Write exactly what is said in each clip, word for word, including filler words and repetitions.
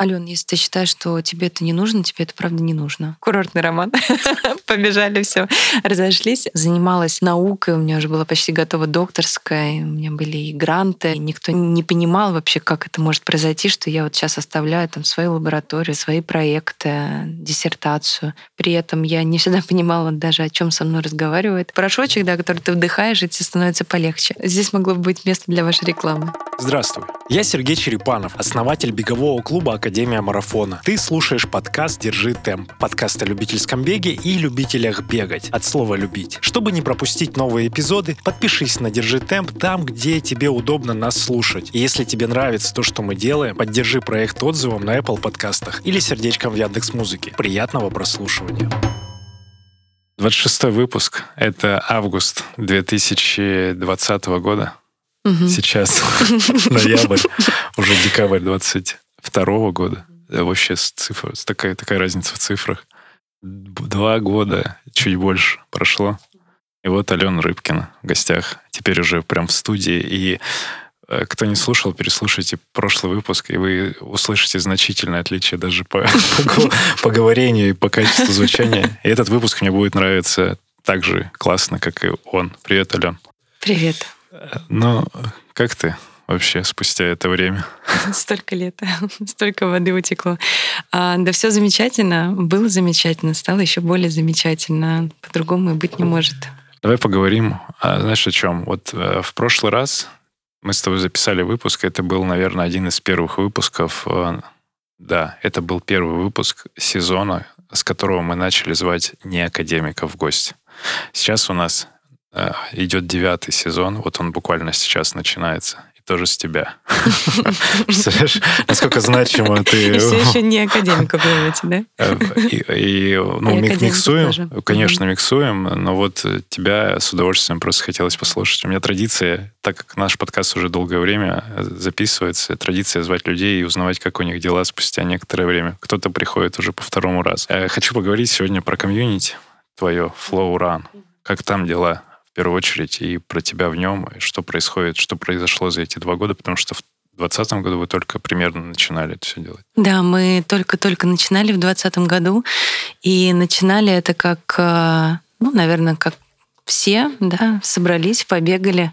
Алён, если ты считаешь, что тебе это не нужно, тебе это правда не нужно. Курортный роман. Побежали, все, разошлись. Занималась наукой, у меня уже была почти готова докторская, у меня были и гранты. И никто не понимал вообще, как это может произойти, что я вот сейчас оставляю там свою лабораторию, свои проекты, диссертацию. При этом я не всегда понимала даже, о чем со мной разговаривают. Порошочек, да, который ты вдыхаешь, и тебе становится полегче. Здесь могло бы быть место для вашей рекламы. Здравствуй, я Сергей Черепанов, основатель бегового клуба «Академия марафона». Ты слушаешь подкаст «Держи темп», подкаст о любительском беге и любителях бегать, от слова «любить». Чтобы не пропустить новые эпизоды, подпишись на «Держи темп» там, где тебе удобно нас слушать. И если тебе нравится то, что мы делаем, поддержи проект отзывом на Apple подкастах или сердечком в Яндекс.Музыке. Приятного прослушивания. двадцать шестой выпуск. Это август две тысячи двадцатого года. Угу. Сейчас ноябрь, уже декабрь двадцать второго года. Вообще с цифр, такая, такая разница в цифрах. Два года, чуть больше прошло. И вот Алена Рыбкина в гостях. Теперь уже прям в студии. И кто не слушал, переслушайте прошлый выпуск, и вы услышите значительное отличие даже по, по, по говорению и по качеству звучания. И этот выпуск мне будет нравиться так же классно, как и он. Привет, Ален. Привет. Ну, как ты вообще спустя это время? Столько лет, столько воды утекло. А, да все замечательно, было замечательно, стало еще более замечательно. По-другому и быть не может. Давай поговорим, а, знаешь, о чем? Вот а, в прошлый раз мы с тобой записали выпуск, это был, наверное, один из первых выпусков. А, да, это был первый выпуск сезона, с которого мы начали звать неакадемиков в гости. Сейчас у нас идет девятый сезон, вот он буквально сейчас начинается. И тоже с тебя. Представляешь, насколько значимо ты... И все еще не академиков говорите, да? И, ну, миксуем, конечно, миксуем, но вот тебя с удовольствием просто хотелось послушать. У меня традиция, так как наш подкаст уже долгое время записывается, традиция звать людей и узнавать, как у них дела спустя некоторое время. Кто-то приходит уже по второму разу. Хочу поговорить сегодня про комьюнити твое, Flow Run. Как там дела? В первую очередь, и про тебя в нем, и что происходит, что произошло за эти два года, потому что в двадцатом году вы только примерно начинали это все делать. Да, мы только-только начинали в двадцатом году, и начинали это как, ну, наверное, как все, да, собрались, побегали.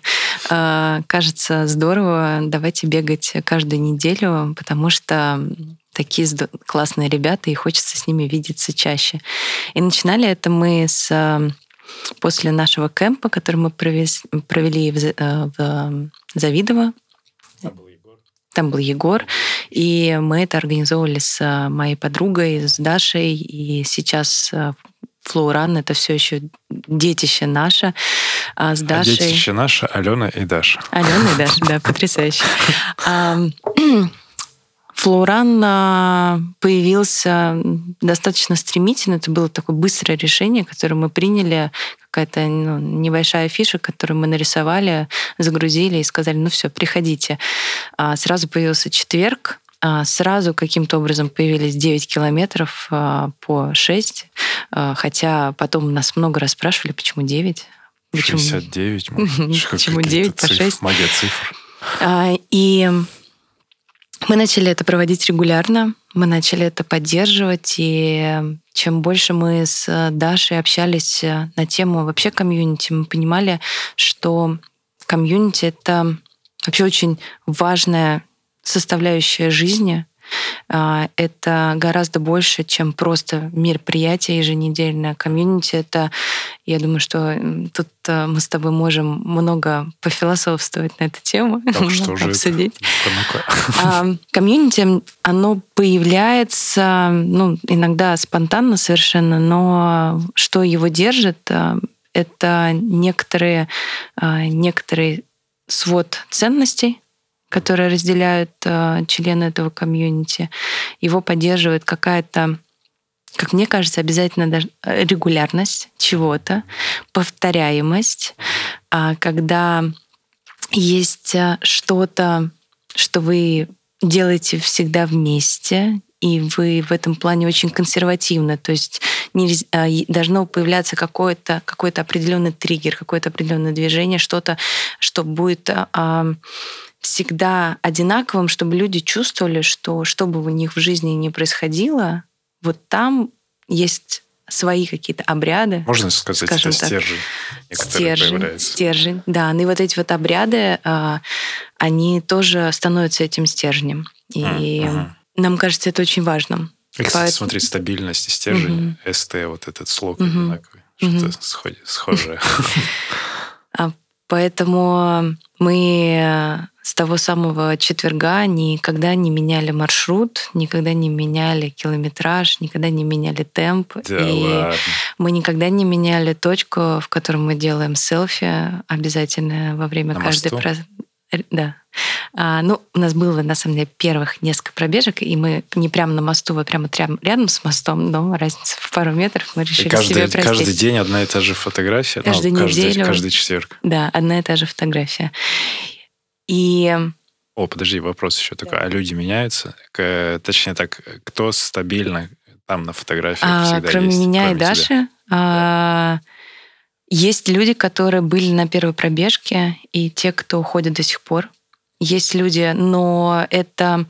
Кажется, здорово, давайте бегать каждую неделю, потому что такие классные ребята, и хочется с ними видеться чаще. И начинали это мы с... После нашего кемпа, который мы провез, провели в, в Завидово. Там был Егор. Там был Егор. И мы это организовывали с моей подругой, с Дашей. И сейчас Flow Run — это все еще детище наше. А с Дашей... А детище наше Алена и Даша. Алена и Даша, да, потрясающе. Flow Run появился достаточно стремительно. Это было такое быстрое решение, которое мы приняли, какая-то ну, небольшая фиша, которую мы нарисовали, загрузили и сказали, ну все, приходите. Сразу появился четверг, сразу каким-то образом появились девять километров по шесть, хотя потом нас много раз спрашивали, почему девять? шестьдесят девять. Почему девять по шесть? Магия цифр. И... Мы начали это проводить регулярно, мы начали это поддерживать, и чем больше мы с Дашей общались на тему вообще комьюнити, мы понимали, что комьюнити — это вообще очень важная составляющая жизни. Это гораздо больше, чем просто мероприятие еженедельное. Комьюнити — это, я думаю, что тут мы с тобой можем много пофилософствовать на эту тему, так, что же обсудить. Комьюнити, оно появляется, ну, иногда спонтанно совершенно, но что его держит, это некоторые, некоторый свод ценностей, которые разделяют э, члены этого комьюнити. Его поддерживает какая-то, как мне кажется, обязательно даже регулярность чего-то, повторяемость, э, когда есть что-то, что вы делаете всегда вместе, и вы в этом плане очень консервативны. То есть не, должно появляться какой-то, какой-то определенный триггер, какое-то определенное движение, что-то, что будет а, всегда одинаковым, чтобы люди чувствовали, что что бы у них в жизни ни происходило, вот там есть свои какие-то обряды. Можно сказать, это так, стержень, стержень, стержень, да. И вот эти вот обряды, они тоже становятся этим стержнем. И mm-hmm. нам кажется, это очень важно. И, кстати, Поэтому... смотри, стабильность и стержень, mm-hmm. СТ, вот этот слог mm-hmm. одинаковый, что-то mm-hmm. схожее. Поэтому мы с того самого четверга никогда не меняли маршрут, никогда не меняли километраж, никогда не меняли темп. Да и ладно. Мы никогда не меняли точку, в которой мы делаем селфи обязательно во время На каждой мосту? праздники. Да. А, ну, у нас было, на самом деле, первых несколько пробежек, и мы не прямо на мосту, а прямо рядом с мостом, но разница в пару метров мы решили и каждый, себе простить. Каждый день одна и та же фотография? Каждую ну, неделю. Каждый, каждый четверг? Да, одна и та же фотография. И... О, подожди, вопрос еще такой. Да. А люди меняются? К, точнее так, кто стабильно там на фотографиях а, всегда кроме есть? меня кроме и Даши, тебя? а, да. есть люди, которые были на первой пробежке, и те, кто ходят до сих пор. Есть люди, но это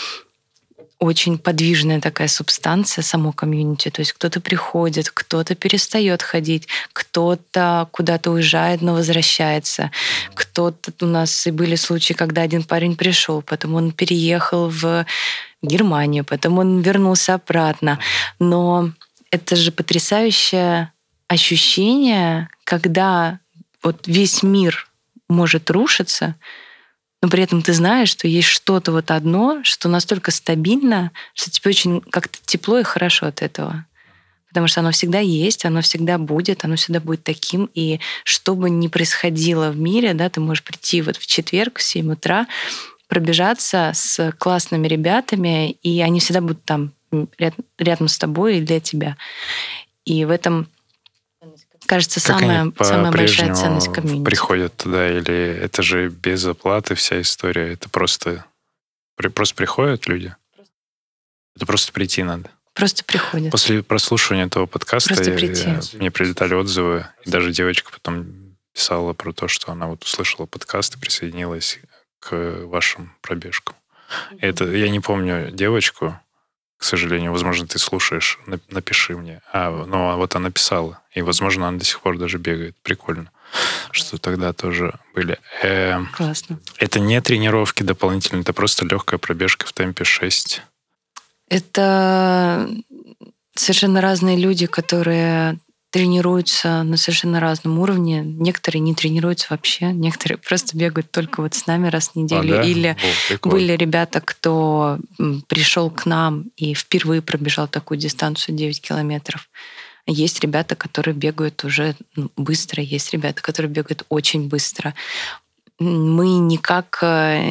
очень подвижная такая субстанция, само комьюнити. То есть кто-то приходит, кто-то перестает ходить, кто-то куда-то уезжает, но возвращается. Кто-то... У нас и были случаи, когда один парень пришел, потом он переехал в Германию, потом он вернулся обратно. Но это же потрясающее ощущение, когда вот весь мир может рушиться, но при этом ты знаешь, что есть что-то вот одно, что настолько стабильно, что тебе очень как-то тепло и хорошо от этого. Потому что оно всегда есть, оно всегда будет, оно всегда будет таким. И что бы ни происходило в мире, да, ты можешь прийти вот в четверг в семь утра, пробежаться с классными ребятами, и они всегда будут там рядом с тобой и для тебя. И в этом... Кажется, как самая, самая большая ценность комьюнити. Приходят туда, или это же без оплаты вся история? Это просто, просто приходят люди? Это просто прийти надо? Просто приходят. После прослушивания этого подкаста я, я, мне прилетали отзывы, и даже девочка потом писала про то, что она вот услышала подкаст и присоединилась к вашим пробежкам. Mm-hmm. Это, я не помню девочку, к сожалению, возможно, ты слушаешь, напиши мне. А, ну, вот она писала. И, возможно, она до сих пор даже бегает. Прикольно, что тогда тоже были. Э, Классно. Это не тренировки дополнительные, это просто легкая пробежка в темпе шесть. Это совершенно разные люди, которые тренируются на совершенно разном уровне. Некоторые не тренируются вообще, некоторые просто бегают только вот с нами раз в неделю. А, да? Или О, были ребята, кто пришел к нам и впервые пробежал такую дистанцию девять километров. Есть ребята, которые бегают уже быстро, есть ребята, которые бегают очень быстро. Мы никак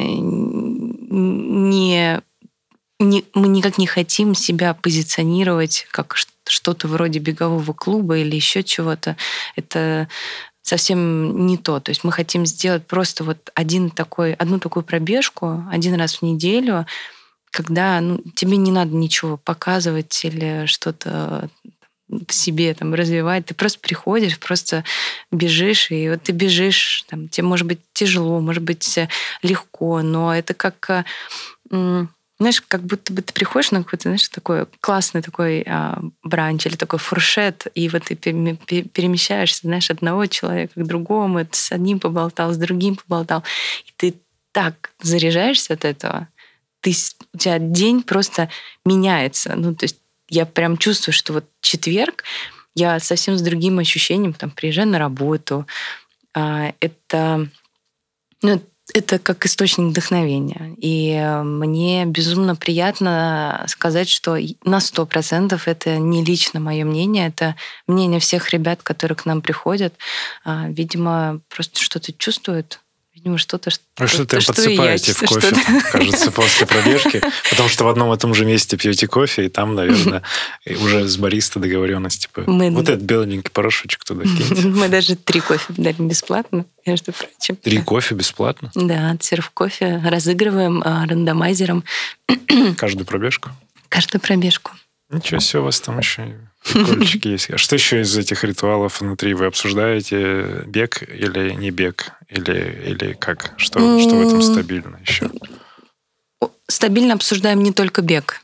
не... Не, мы никак не хотим себя позиционировать как что-то вроде бегового клуба или еще чего-то. Это совсем не то. То есть мы хотим сделать просто вот один такой, одну такую пробежку один раз в неделю, когда ну, тебе не надо ничего показывать или что-то в себе там, развивать. Ты просто приходишь, просто бежишь, и вот ты бежишь, там, тебе может быть тяжело, может быть легко, но это как... Знаешь, как будто бы ты приходишь на какой-то, знаешь, такой классный такой а, бранч или такой фуршет, и вот ты перемещаешься, знаешь, от одного человека к другому, ты с одним поболтал, с другим поболтал, и ты так заряжаешься от этого, ты, у тебя день просто меняется. Ну, то есть я прям чувствую, что вот четверг я совсем с другим ощущением там приезжаю на работу. А, это... Ну, это как источник вдохновения. И мне безумно приятно сказать, что на сто процентов это не лично мое мнение, это мнение всех ребят, которые к нам приходят. Видимо, просто что-то чувствуют. Видимо, что-то, что Вы что-то что подсыпаете в кофе, что-то. Кажется, после пробежки. Потому что в одном и том же месте пьете кофе, и там, наверное, уже с бариста договоренность. Типа, Мы... вот этот беленький порошочек туда киньте. Мы даже три кофе дали бесплатно, между прочим. Три кофе бесплатно? Да, серв кофе разыгрываем рандомайзером. Каждую пробежку? Каждую пробежку. Ничего себе, у вас там еще прикольчики есть. А что еще из этих ритуалов внутри? Вы обсуждаете бег или не бег? Или, или как? Что, что в этом стабильно еще? Стабильно обсуждаем не только бег.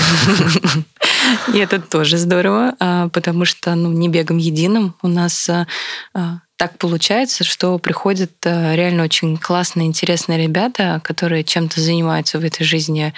И это тоже здорово, потому что ну, не бегом единым. У нас так получается, что приходят реально очень классные, интересные ребята, которые чем-то занимаются в этой жизни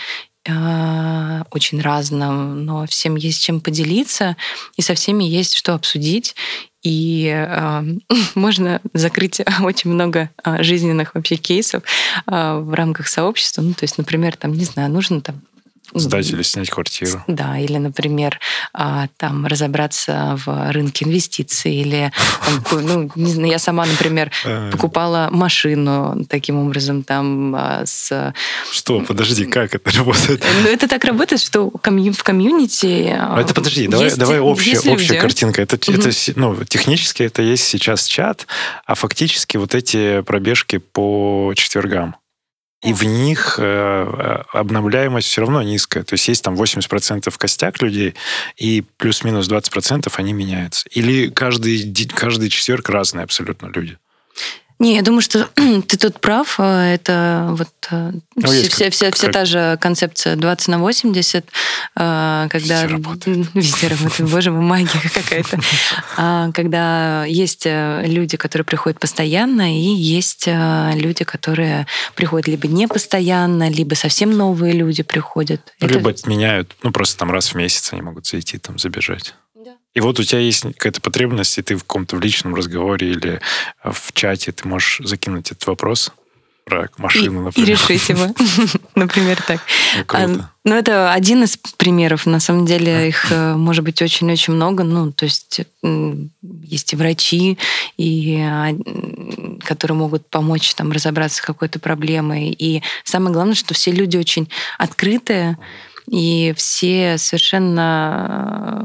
очень разным, но всем есть чем поделиться, и со всеми есть что обсудить. И э, можно закрыть очень много жизненных вообще кейсов э, в рамках сообщества. Ну, то есть, например, там, не знаю, нужно там сдать или снять квартиру. Да, или, например, там разобраться в рынке инвестиций, или там, ну, не знаю, я сама, например, покупала машину таким образом там с... Что? Подожди, как это работает? Ну, это так работает, что в комьюнити... Это подожди, давай, есть, давай общая, есть общая картинка. Это, угу. это, ну, технически это есть сейчас чат, а фактически вот эти пробежки по четвергам. И в них э, обновляемость все равно низкая. То есть есть там восемьдесят процентов костяк людей, и плюс-минус двадцать процентов они меняются. Или каждый, каждый четверг разные абсолютно люди. Не, я думаю, что ты тут прав. Это вот ну, вся, вся, вся, вся та же концепция двадцать на восемьдесят, когда... Везде работает. Везде работает. Боже мой, магия какая-то. Когда есть люди, которые приходят постоянно, и есть люди, которые приходят либо не постоянно, либо совсем новые люди приходят. Либо Это... меняют, ну, просто там раз в месяц они могут зайти, там, забежать. И вот у тебя есть какая-то потребность, и ты в каком-то в личном разговоре или в чате ты можешь закинуть этот вопрос про машину, и, например. И решить его, например, так. Ну, круто. Ну, это один из примеров. На самом деле их может быть очень-очень много. Ну, то есть есть и врачи, и, которые могут помочь там, разобраться с какой-то проблемой. И самое главное, что все люди очень открытые, и все совершенно...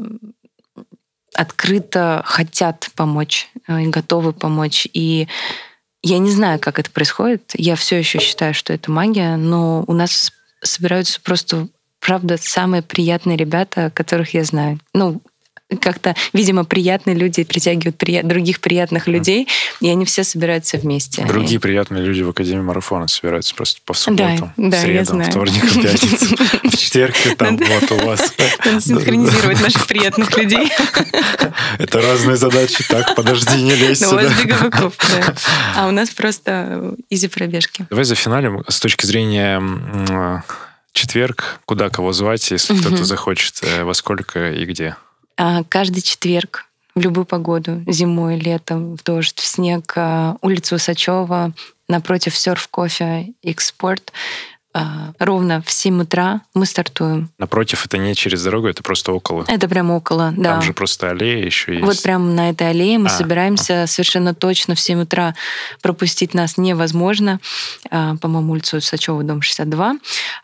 открыто хотят помочь и готовы помочь. И я не знаю, как это происходит. Я все еще считаю, что это магия, но у нас собираются просто, правда, самые приятные ребята, которых я знаю. Ну, как-то, видимо, приятные люди притягивают при... других приятных людей, и они все собираются вместе. Другие и... приятные люди в Академии Марафона собираются просто по субботам, да, да, средам, вторникам, пятницам. В четверг там вот у вас. Надо синхронизировать наших приятных людей. Это разные задачи. Так, подожди, не лезь сюда. У вас беговой клуб, да. А у нас просто изи-пробежки. Давай зафиналим с точки зрения четверг, куда кого звать, если кто-то захочет, во сколько и где. Каждый четверг, в любую погоду, зимой, летом, в дождь, в снег, улица Усачева, напротив серф-кофе X-Sport, ровно в семь утра мы стартуем. Напротив, это не через дорогу, это просто около? Это прямо около, да. Там же просто аллея еще есть? Вот прямо на этой аллее мы а, собираемся. А. Совершенно точно в семь утра пропустить нас невозможно. По-моему, улица Усачева, дом шестьдесят два.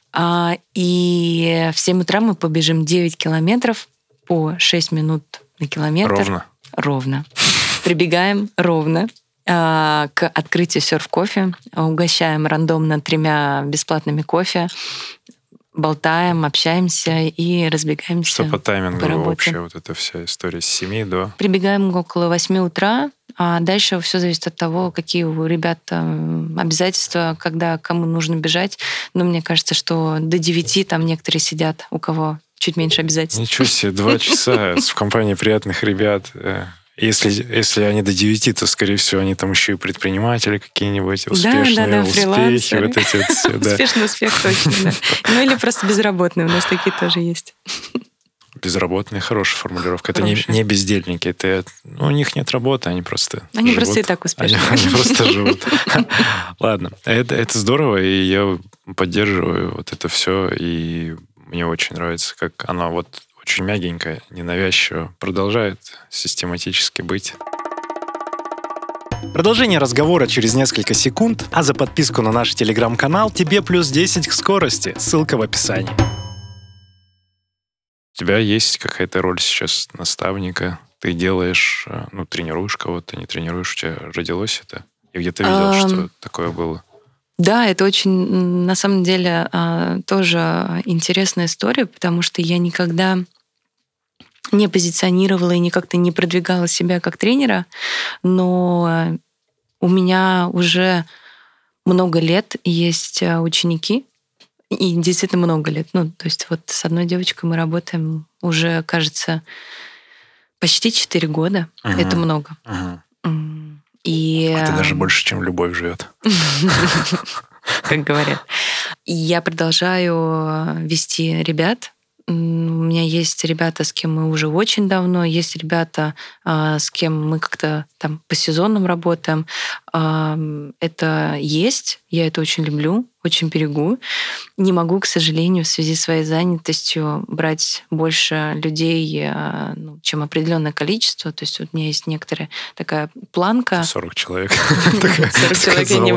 И в семь утра мы побежим девять километров, по шесть минут на километр. Ровно? Ровно. Прибегаем ровно к открытию серф-кофе, угощаем рандомно тремя бесплатными кофе, болтаем, общаемся и разбегаемся. Что по таймингу по вообще вот эта вся история с семи до? Прибегаем около восьми утра, а дальше все зависит от того, какие у ребят обязательства, когда кому нужно бежать. Но мне кажется, что до девяти там некоторые сидят, у кого чуть меньше обязательств. Ничего себе, два часа в компании приятных ребят. Если, если они до девяти, то, скорее всего, они там еще и предприниматели какие-нибудь, успешные, да, да, да, успехи. Вот эти вот все, да. Успешный успех, точно, да. Ну или просто безработные, у нас такие тоже есть. Безработные, хорошая формулировка. Это не, не бездельники, это, ну, у них нет работы, они просто Они живут. просто и так успешны. Они, они просто живут. Ладно, это, это здорово, и я поддерживаю вот это все, и мне очень нравится, как оно вот очень мягенько, ненавязчиво продолжает систематически быть. Продолжение разговора через несколько секунд, а за подписку на наш телеграм-канал тебе плюс десять к скорости. Ссылка в описании. У тебя есть какая-то роль сейчас наставника? Ты делаешь, ну, тренируешь кого-то, не тренируешь? У тебя родилось это? Я где-то видел, um... что такое было. Да, это очень, на самом деле, тоже интересная история, потому что я никогда не позиционировала и не как-то не продвигала себя как тренера, но у меня уже много лет есть ученики, и действительно много лет. Ну, то есть вот с одной девочкой мы работаем уже, кажется, почти четыре года. Угу. Это много. Угу. И... Это даже больше, чем любовь живет. Как говорят. И я продолжаю вести ребят. У меня есть ребята, с кем мы уже очень давно, есть ребята, с кем мы как-то там по сезонам работаем. Это есть, я это очень люблю, очень берегу. Не могу, к сожалению, в связи с своей занятостью брать больше людей, ну, чем определенное количество. То есть вот у меня есть некоторая такая планка. сорок человек. сорок человек я не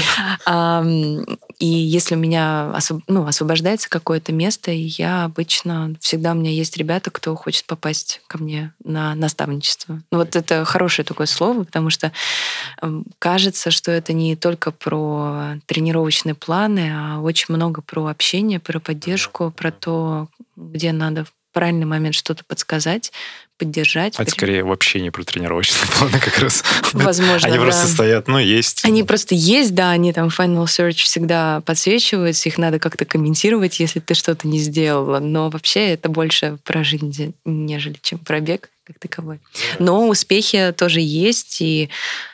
могу. И если у меня ну, освобождается какое-то место, я обычно... Всегда у меня есть ребята, кто хочет попасть ко мне на наставничество. Ну, вот это хорошее такое слово, потому что кажется, что это не только про тренировочные планы, а очень много про общение, про поддержку, про то, где надо в правильный момент что-то подсказать, поддержать. А скорее вообще не про тренировочные планы как раз. Возможно, Они да. просто стоят, ну, есть. Они просто есть, да, они там Final Search всегда подсвечиваются, их надо как-то комментировать, если ты что-то не сделала. Но вообще это больше про жизнь, нежели чем про бег как таковой. Но успехи тоже есть, и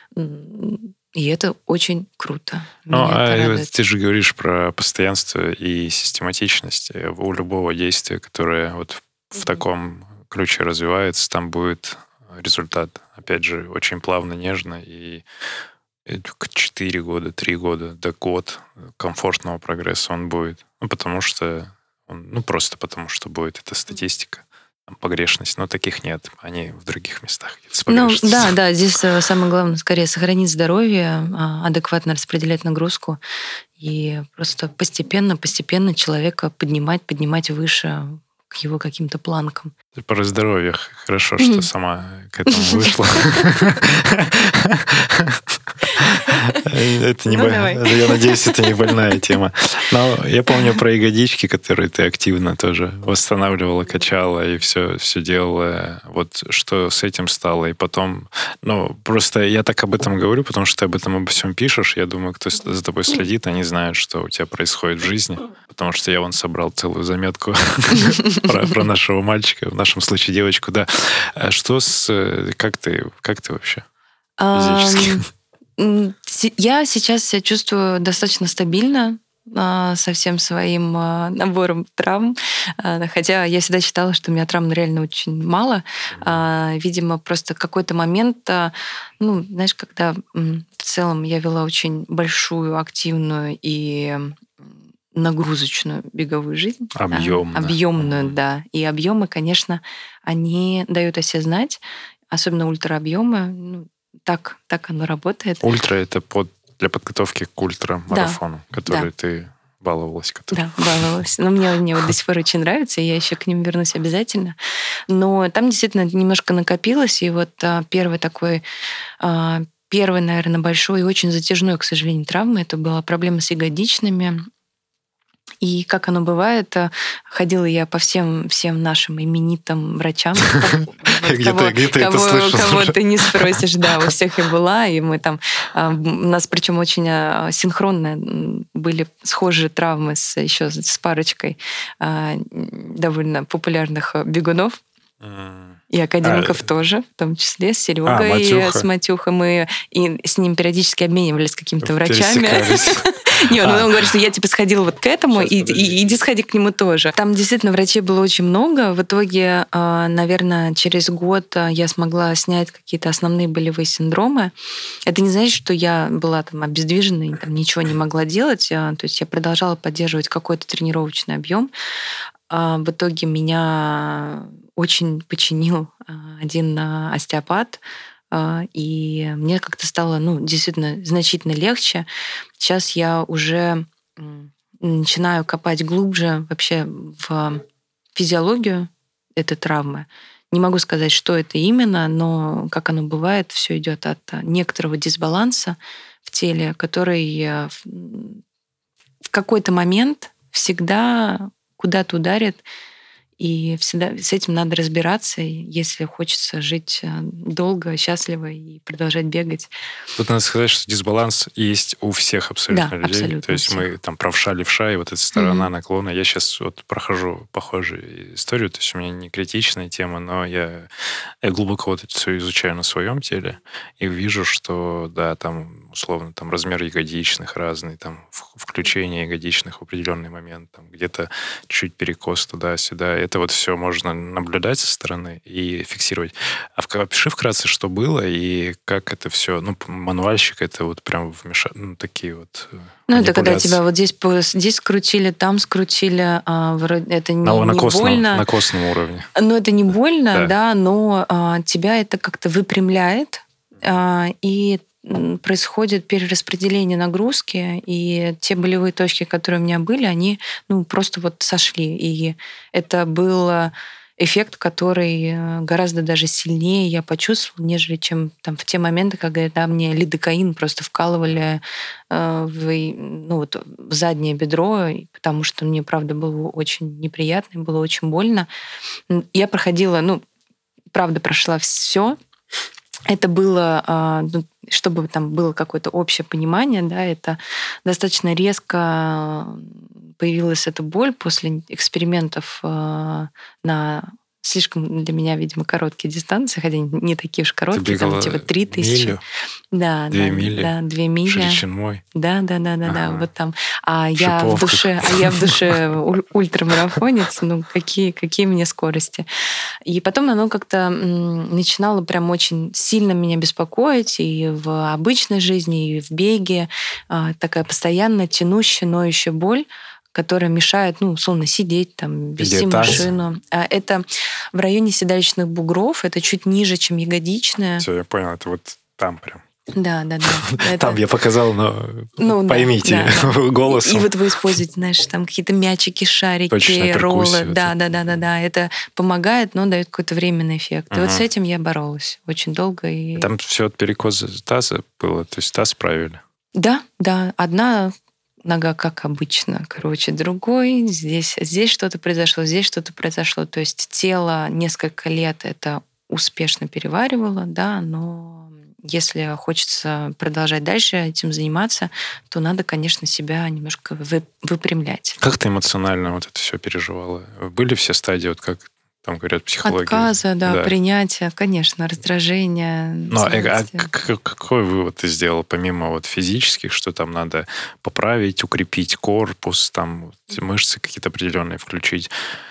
И это очень круто. Ну, а ты же говоришь про постоянство и систематичность. У любого действия, которое вот в таком ключе развивается, там будет результат. Опять же, очень плавно, нежно. И четыре года, три года, до год комфортного прогресса он будет. Ну, потому что... Он, ну, просто потому что будет. Это статистика. Погрешность, но таких нет. Они в других местах. Ну, да, да, здесь самое главное, скорее, сохранить здоровье, адекватно распределять нагрузку и просто постепенно, постепенно человека поднимать, поднимать выше к его каким-то планкам. Про здоровье. Хорошо, что mm-hmm. сама к этому вышла. Это не, ну, я надеюсь, это не больная тема. Но я помню про ягодички, которые ты активно тоже восстанавливала, качала и все, все делала. Вот что с этим стало? И потом, ну, просто я так об этом говорю, потому что ты об этом обо всем пишешь. Я думаю, кто за тобой следит, они знают, что у тебя происходит в жизни. Потому что я вон собрал целую заметку про, про нашего мальчика, в нашем случае девочку, да. Что с... Как ты, как ты вообще физически? Я сейчас себя чувствую достаточно стабильно со всем своим набором травм. Хотя я всегда считала, что у меня травм реально очень мало. Видимо, просто какой-то момент, ну, знаешь, когда в целом я вела очень большую, активную и нагрузочную беговую жизнь. Объемную. Объемную, да. И объемы, конечно, они дают о себе знать, особенно ультраобъемы. Ну, так, так оно работает. Ультра — это под, для подготовки к ультрамарафону, да, который да. ты баловалась. Который... Да, баловалась. Но мне они вот до сих пор очень нравятся, и я еще к ним вернусь обязательно. Но там действительно немножко накопилось, и вот первый такой... Первый, наверное, большой и очень затяжной, к сожалению, травмой, это была проблема с ягодичными. И как оно бывает, ходила я по всем, всем нашим именитым врачам. Кого ты не спросишь, да, у всех я была, и мы там... У нас причем очень синхронно были схожие травмы с, еще с парочкой довольно популярных бегунов. И академиков а, тоже, в том числе, с Серегой, а, и с Матюхой. Мы и с ним периодически обменивались какими-то врачами. Не, он говорит, что я типа сходила вот к этому, и иди сходи к нему тоже. Там действительно врачей было очень много. В итоге, наверное, через год я смогла снять какие-то основные болевые синдромы. Это не значит, что я была там обездвижена и там ничего не могла делать. То есть я продолжала поддерживать какой-то тренировочный объем. В итоге меня очень починил один остеопат, и мне как-то стало, ну, действительно значительно легче. Сейчас я уже начинаю копать глубже вообще в физиологию этой травмы. Не могу сказать, что это именно, но как оно бывает, все идет от некоторого дисбаланса в теле, который в какой-то момент всегда куда-то ударит, И всегда с этим надо разбираться, если хочется жить долго, счастливо и продолжать бегать. Тут надо сказать, что дисбаланс есть у всех абсолютно Да, людей. абсолютно То есть всех. мы там правша, левша, и вот эта сторона Мгм. наклона. Я сейчас вот прохожу похожую историю, то есть у меня не критичная тема, но я, я глубоко вот это все изучаю на своем теле и вижу, что, да, там, условно, там размер ягодичных разный, там в- включение ягодичных в определенный момент, там где-то чуть перекос туда-сюда. Это вот все можно наблюдать со стороны и фиксировать. А в- опиши вкратце, что было и как это все, ну, мануальщик, это вот прям вмеша... ну, такие вот э, Ну, это когда манипуляции. тебя вот здесь, по- здесь скрутили, там скрутили, а, вроде это На, не, на, не костном, больно. на костном уровне. Но это не больно, Да. да, но а, тебя это как-то выпрямляет, а, и м, происходит перераспределение нагрузки, и те болевые точки, которые у меня были, они ну, просто вот сошли. И это был э, эффект, который э, гораздо даже сильнее я почувствовала, нежели чем там, в те моменты, когда мне лидокаин просто вкалывали э, в, ну, вот, в заднее бедро, и потому что мне, правда, было очень неприятно, и было очень больно. М, Я проходила, ну, правда, прошла все. Это было, а, ну, чтобы там было какое-то общее понимание, да, это достаточно резко появилась эта боль после экспериментов а, на слишком для меня, видимо, короткие дистанции, хотя не такие уж Ты короткие, там бегала типа три тысячи. милю, Да, две да, мили, да, две мили. Шереченмой. Да, да, да, да, да, Ага. вот там. А В я в шиповках. душе, а я в душе уль- ультрамарафонец, ну какие, какие мне скорости. И потом оно как-то м, начинало прям очень сильно меня беспокоить и в обычной жизни, и в беге. А, такая постоянно тянущая, ноющая боль, которая мешает, ну, условно, сидеть, там, Где вести таз? машину. А это в районе седалищных бугров, это чуть ниже, чем ягодичная. Все, я понял, это вот там прям. Да, да, да. Там Это, я показал, но ну, да, поймите да, да. И, голосом. и вот вы используете, знаешь, там какие-то мячики, шарики, Точная роллы. перкуссия. вот Да, это. да, да, да, да. Это помогает, но дает какой-то временный эффект. И вот с Мгм. этим я боролась очень долго. И... Там все от перекоса таза было, то есть таз правили. Да, да, одна нога, как обычно, короче, другой. Здесь, здесь что-то произошло, здесь что-то произошло. То есть тело несколько лет это успешно переваривало, да, но если хочется продолжать дальше этим заниматься, то надо, конечно, себя немножко вы- выпрямлять. Как ты эмоционально вот это все переживала? Были все стадии, вот как там говорят, психологии? Отказа, да, Да. принятия, конечно, раздражение. Ну, а, а злости. к- к- какой вывод ты сделал, помимо вот физических, что там надо поправить, укрепить корпус, там вот мышцы какие-то определенные включить?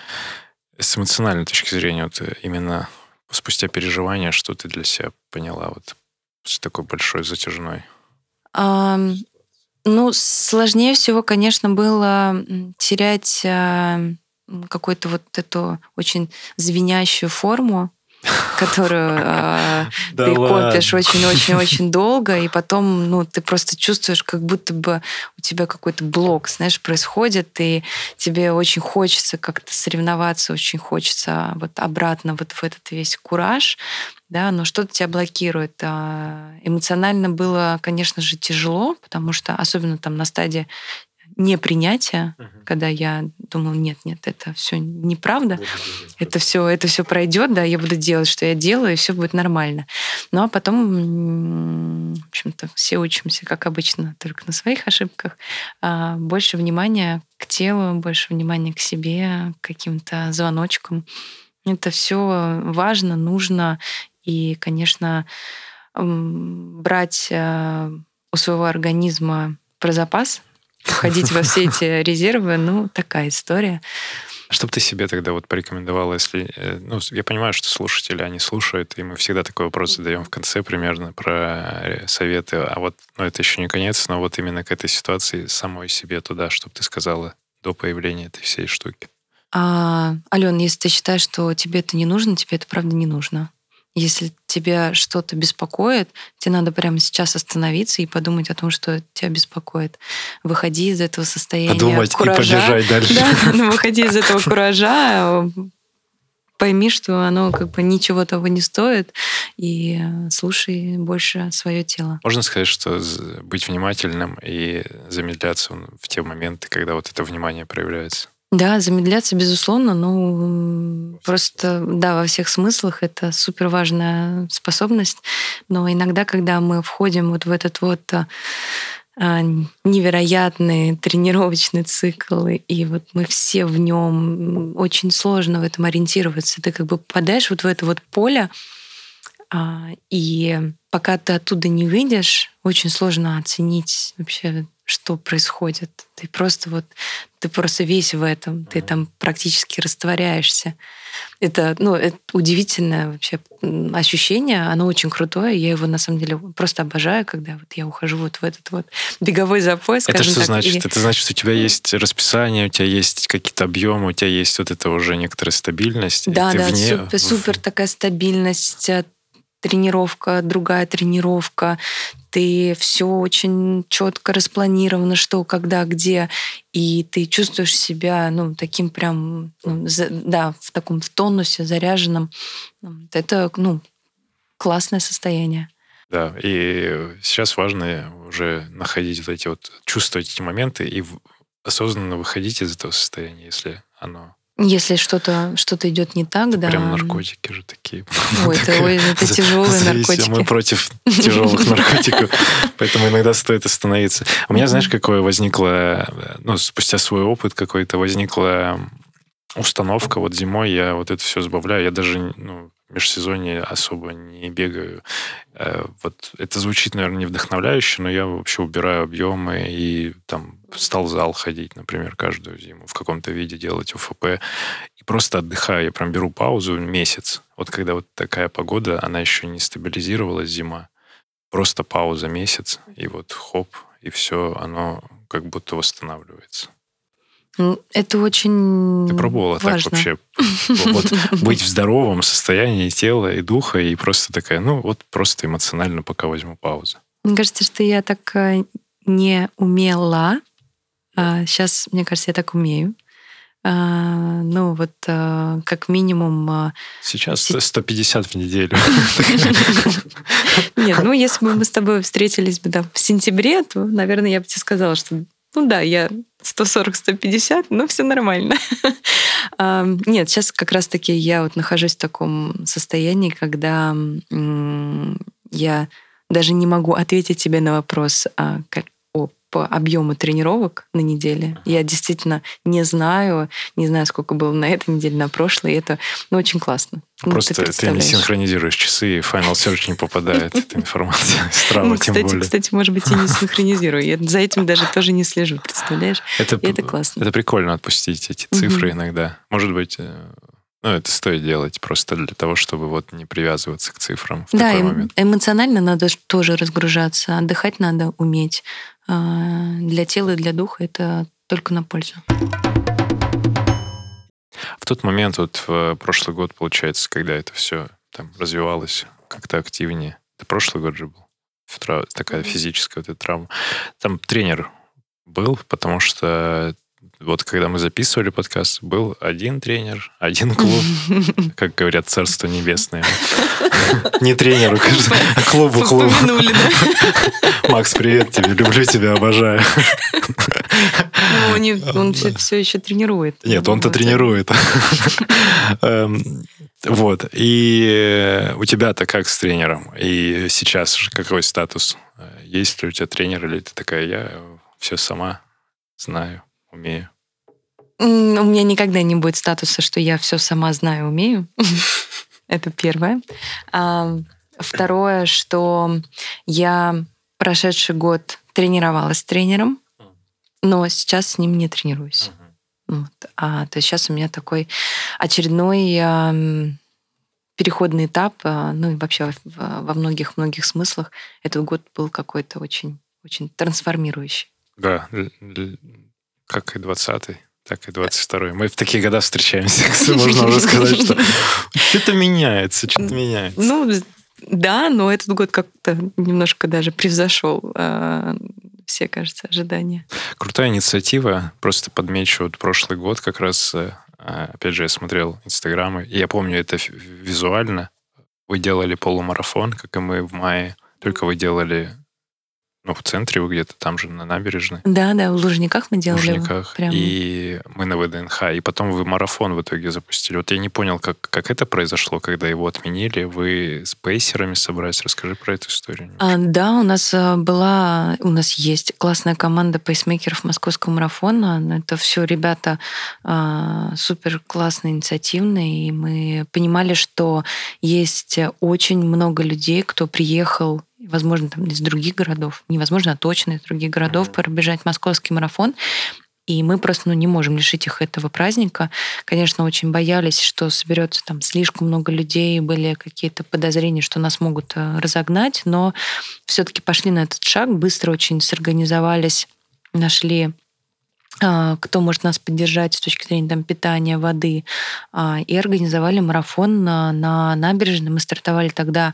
С эмоциональной точки зрения, вот э, именно спустя переживания, что ты для себя поняла вот с такой большой затяжной? Ам, Ну, сложнее всего, конечно, было м, терять а, м, какую-то вот эту очень звенящую форму, которую а, Да ты копишь ладно. очень-очень-очень долго, и потом, ну, ты просто чувствуешь, как будто бы у тебя какой-то блок, знаешь, происходит, и тебе очень хочется как-то соревноваться, очень хочется вот обратно вот в этот весь кураж, да, но что-то тебя блокирует. А, Эмоционально было, конечно же, тяжело, потому что особенно там на стадии непринятия, Мгм. когда я думала, нет, нет, это все неправда, Буду делать. это все, это все пройдет, да, я буду делать, что я делаю, и все будет нормально. Ну а потом, м, в общем-то, все учимся, как обычно, только на своих ошибках. А, Больше внимания к телу, больше внимания к себе, к каким-то звоночкам. Это все важно, нужно, и, конечно, м, брать э, у своего организма про запас, уходить во все эти резервы, ну, такая история. А что бы ты себе тогда вот порекомендовала, если... э, Ну, я понимаю, что слушатели, они слушают, и мы всегда такой вопрос задаем в конце примерно про э, советы. А вот, ну, это еще не конец, но вот именно к этой ситуации самой себе туда, что бы ты сказала до появления этой всей штуки. А, Ален, если ты считаешь, что тебе это не нужно, тебе это правда не нужно. Если тебя что-то беспокоит, тебе надо прямо сейчас остановиться и подумать о том, что тебя беспокоит. Выходи из этого состояния Подумать и куража. побежать дальше. Да, ну, выходи из этого куража, пойми, что оно как бы ничего того не стоит, и э, слушай больше свое тело. Можно сказать, что з- быть внимательным и замедляться в те моменты, когда вот это внимание проявляется. Да, замедляться, безусловно, ну, просто, да, во всех смыслах это супер важная способность, но иногда, когда мы входим вот в этот вот а, невероятный тренировочный цикл, и вот мы все в нем, очень сложно в этом ориентироваться. Ты как бы попадаешь вот в это вот поле, а, и пока ты оттуда не выйдешь, очень сложно оценить вообще, что происходит. Ты просто вот, ты просто весь в этом, ты там практически растворяешься. Это, ну, это удивительное вообще ощущение, оно очень крутое, я его на самом деле просто обожаю, когда вот я ухожу вот в этот вот беговой запой, скажем так. Это что так, значит? и... Это значит, что у тебя есть расписание, у тебя есть какие-то объемы, у тебя есть вот это уже некоторая стабильность. Да, и ты да, вне... супер, супер такая стабильность, тренировка, другая тренировка, ты все очень четко распланировано, что, когда, где, и ты чувствуешь себя, ну, таким прям, ну, за, да, в таком в тонусе, заряженном. Это, ну, классное состояние. Да, и сейчас важно уже находить вот эти вот, чувствовать эти моменты и осознанно выходить из этого состояния, если оно... Если что-то что идет не так, это да. Прям наркотики же такие. Ой, это, ой, это тяжелые наркотики. Мы против тяжелых наркотиков, поэтому иногда стоит остановиться. У меня, знаешь, какое возникло, ну, спустя свой опыт какой-то возникла установка. Вот зимой я вот это все сбавляю. Я даже, ну, в межсезонье особо не бегаю. Вот это звучит, наверное, не вдохновляюще, но я вообще убираю объемы и там стал в зал ходить, например, каждую зиму в каком-то виде делать ОФП. И просто отдыхаю. Я прям беру паузу месяц. Вот когда вот такая погода, она еще не стабилизировалась, зима. Просто пауза месяц, и вот хоп, и все, оно как будто восстанавливается. Это очень Ты пробовала важно. Так вообще вот, быть в здоровом состоянии тела и духа, и просто такая, ну вот просто эмоционально пока возьму паузу? Мне кажется, что я так не умела. А сейчас, мне кажется, я так умею. А, ну вот как минимум... Сейчас сто пятьдесят в неделю. Нет, ну если бы мы с тобой встретились бы да, в сентябре, то, наверное, я бы тебе сказала, что ну да, я сто сорок - сто пятьдесят, но все нормально. Нет, сейчас как раз-таки я вот нахожусь в таком состоянии, когда я даже не могу ответить тебе на вопрос о по объему тренировок на неделе. Я действительно не знаю, не знаю, сколько было на этой неделе, на прошлой. И это ну, очень классно. Просто ну, ты, ты не синхронизируешь часы, и в Final Search не попадает эта информация. Strava, ну, тем кстати, более. Кстати, может быть, и не синхронизирую. Я за этим даже тоже не слежу, представляешь? Это, и это классно. Это прикольно отпустить эти цифры угу. иногда. Может быть... Ну, это стоит делать просто для того, чтобы вот не привязываться к цифрам в да, такой эм, момент. Эмоционально надо тоже разгружаться, отдыхать надо уметь. Для тела и для духа это только на пользу. В тот момент, вот в прошлый год, получается, когда это все там развивалось как-то активнее, это прошлый год же был, такая физическая вот эта травма, там тренер был, потому что вот когда мы записывали подкаст, был один тренер, один клуб, как говорят, царство небесное. Не тренеру, а клубу клубу. Макс, привет тебе, люблю тебя, обожаю. Он все еще тренирует. Нет, он-то тренирует. Вот. И у тебя-то как с тренером? И сейчас какой статус? Есть ли у тебя тренер, или ты такая, я все сама знаю, умею? У меня никогда не будет статуса, что я все сама знаю, умею. Это первое. А второе, что я прошедший год тренировалась с тренером, но сейчас с ним не тренируюсь. Вот. А, то есть сейчас у меня такой очередной а, переходный этап, а, ну и вообще во многих-многих смыслах этот год был какой-то очень, очень трансформирующий. Да, как и двадцатый. Так и двадцать второй. Мы в такие года встречаемся. Можно уже сказать, что что-то меняется, что-то меняется. Ну, да, но этот год как-то немножко даже превзошел э, все, кажется, ожидания. Крутая инициатива. Просто подмечу, вот прошлый год как раз, опять же, я смотрел инстаграмы, и я помню это визуально. Вы делали полумарафон, как и мы в мае, только вы делали Ну, в центре вы где-то там же, на набережной. Да, да, в Лужниках мы делали. В Лужниках. Прям... И мы на ВДНХ. И потом вы марафон в итоге запустили. Вот я не понял, как, как это произошло, когда его отменили. Вы с пейсерами собрались. Расскажи про эту историю. А, да, у нас была, у нас есть классная команда пейсмейкеров Московского марафона. Это все ребята а, супер классные, инициативные. И мы понимали, что есть очень много людей, кто приехал, возможно, там, из других городов, невозможно, а точно из других городов mm-hmm. пробежать московский марафон. И мы просто ну, не можем лишить их этого праздника. Конечно, очень боялись, что соберется там слишком много людей, были какие-то подозрения, что нас могут разогнать, но все-таки пошли на этот шаг, быстро очень сорганизовались, нашли, кто может нас поддержать с точки зрения там, питания, воды, и организовали марафон на, на набережной. Мы стартовали тогда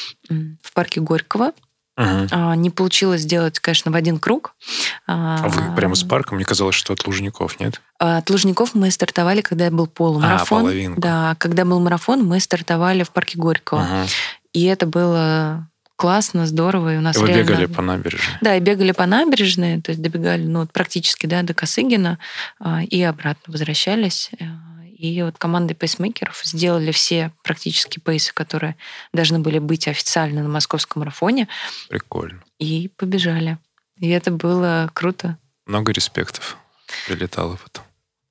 в парке Горького. Uh-huh. Не получилось сделать, конечно, в один круг. А вы прямо с парка? Мне казалось, что от Лужников, нет? От Лужников мы стартовали, когда был полумарафон. А, половинку. Да, когда был марафон, мы стартовали в парке Горького. Uh-huh. И это было классно, здорово. И у нас и вы реально... бегали по набережной? Да, и бегали по набережной, то есть добегали ну, практически да, до Косыгина и обратно возвращались. И вот командой пейсмейкеров сделали все практически пейсы, которые должны были быть официально на московском марафоне. Прикольно. И побежали. И это было круто. Много респектов прилетало потом.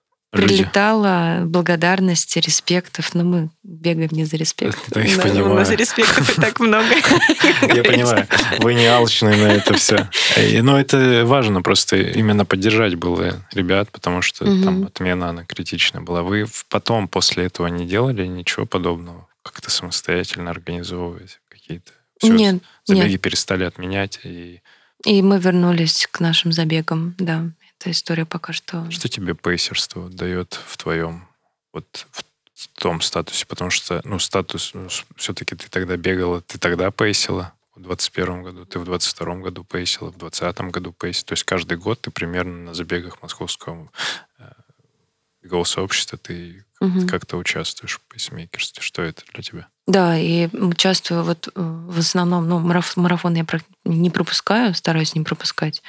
Прилетала благодарность, респектов, но мы бегаем не за респект. Да, я понимаю. У нас респектов и так много. Я понимаю, вы не алчные на это все. Но это важно просто именно поддержать было ребят, потому что там отмена, она критичная была. Вы потом, после этого не делали ничего подобного? Как-то самостоятельно организовывать какие-то? Нет. Забеги перестали отменять и... И мы вернулись к нашим забегам, да. Эта история пока что... Что тебе пейсерство дает в твоем, вот в том статусе? Потому что, ну, статус, ну, все-таки ты тогда бегала, ты тогда пейсила в двадцать первом году, ты в двадцать втором году пейсила, в двадцатом году пейсила. То есть каждый год ты примерно на забегах московского бегового сообщества ты угу. как-то участвуешь в пейсмейкерстве. Что это для тебя? Да, и участвую вот в основном, ну, марафон я не пропускаю, стараюсь не пропускать.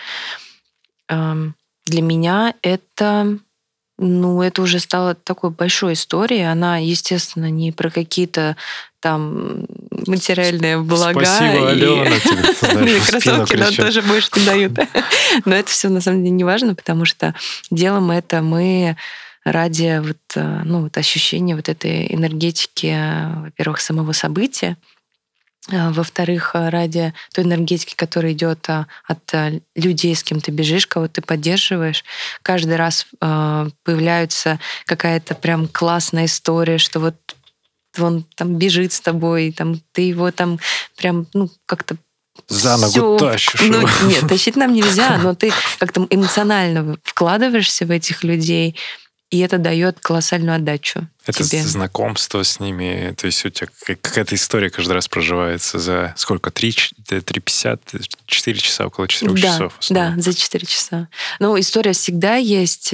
Для меня это, ну, это уже стало такой большой историей. Она, естественно, не про какие-то там материальные блага. Спасибо, и... Алена, тебе, кроссовки нам тоже больше не дают. Но это все на самом деле не важно, потому что делаем это мы ради вот, ну, вот ощущения вот этой энергетики, во-первых, самого события, во-вторых, ради той энергетики, которая идет от людей, с кем ты бежишь, кого ты поддерживаешь. Каждый раз появляется какая-то прям классная история, что вот он там бежит с тобой, там, ты его там прям ну, как-то за ногу всё... тащишь. Ну, нет, тащить нам нельзя, но ты как-то эмоционально вкладываешься в этих людей, и это дает колоссальную отдачу это тебе. Знакомство с ними, то есть у тебя какая-то история каждый раз проживается за сколько? три пятьдесят, четыре часа, около четырех да, часов? Да, за четыре часа. Ну, история всегда есть.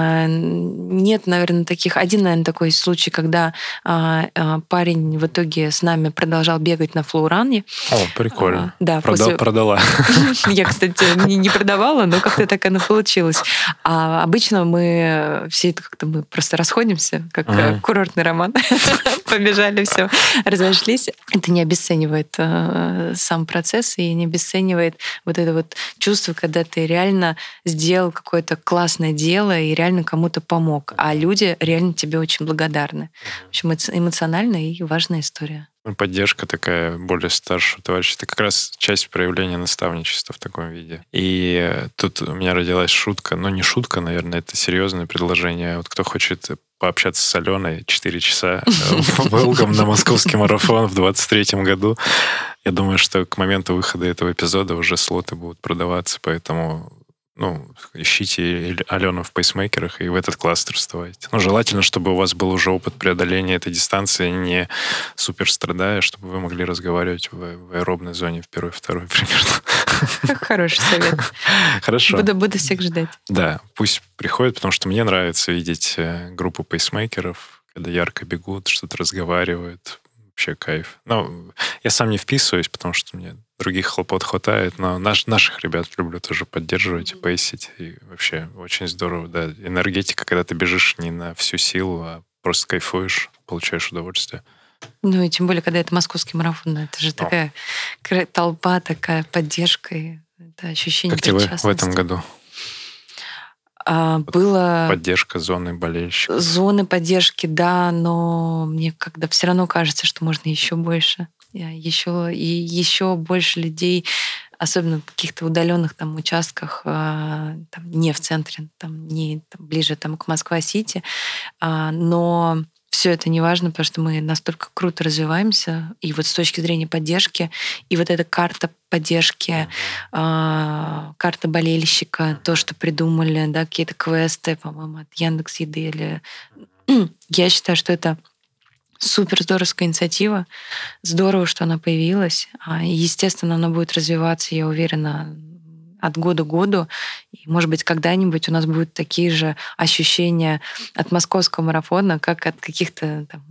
Нет, наверное, таких... Один, наверное, такой случай, когда парень в итоге с нами продолжал бегать на флоуране. О, прикольно. Да, Прода- после... Продала. Я, кстати, не продавала, но как-то так оно получилось. А обычно мы все это как-то мы просто расходимся, как ага. курортный роман. Побежали, все, разошлись. Это не обесценивает э, сам процесс и не обесценивает вот это вот чувство, когда ты реально сделал какое-то классное дело и реально кому-то помог, а люди реально тебе очень благодарны. В общем, это эмоциональная и важная история. Поддержка такая более старшего товарища. Это как раз часть проявления наставничества в таком виде. И тут у меня родилась шутка. Ну, не шутка, наверное, это серьезное предложение. Вот кто хочет пообщаться с Аленой четыре часа welcome на московский марафон в двадцать третьем году. Я думаю, что к моменту выхода этого эпизода уже слоты будут продаваться, поэтому... Ну, ищите Алену в пейсмейкерах и в этот кластер вставайте. Ну, желательно, чтобы у вас был уже опыт преодоления этой дистанции, не супер страдая, чтобы вы могли разговаривать в, в аэробной зоне в первой, второй примерно. Хороший совет. Хорошо. Буду, буду всех ждать. Да, пусть приходят, потому что мне нравится видеть группу пейсмейкеров, когда ярко бегут, что-то разговаривают. вообще кайф. Ну, я сам не вписываюсь, потому что мне других хлопот хватает, но наш, наших ребят люблю тоже поддерживать и пейсить. И вообще очень здорово, да. Энергетика, когда ты бежишь не на всю силу, а просто кайфуешь, получаешь удовольствие. Ну, и тем более, когда это московский марафон, ну, это же О. такая толпа, такая поддержка, и это ощущение Как тебе причастности. в этом году? А, было... Поддержка зоны болельщиков. Зоны поддержки, да, но мне когда все равно кажется, что можно еще больше. Еще, и еще больше людей, особенно в каких-то удаленных там участках, там, не в центре, там, не там, ближе там, к Москва-Сити, но все это не важно, потому что мы настолько круто развиваемся, и вот с точки зрения поддержки, и вот эта карта поддержки, mm-hmm. карта болельщика, то, что придумали, да, какие-то квесты, по-моему, от Яндекс.Еды или... Я считаю, что это супер здоровская инициатива. Здорово, что она появилась. Естественно, она будет развиваться, я уверена, от года к году. И, может быть, когда-нибудь у нас будут такие же ощущения от московского марафона, как от каких-то там,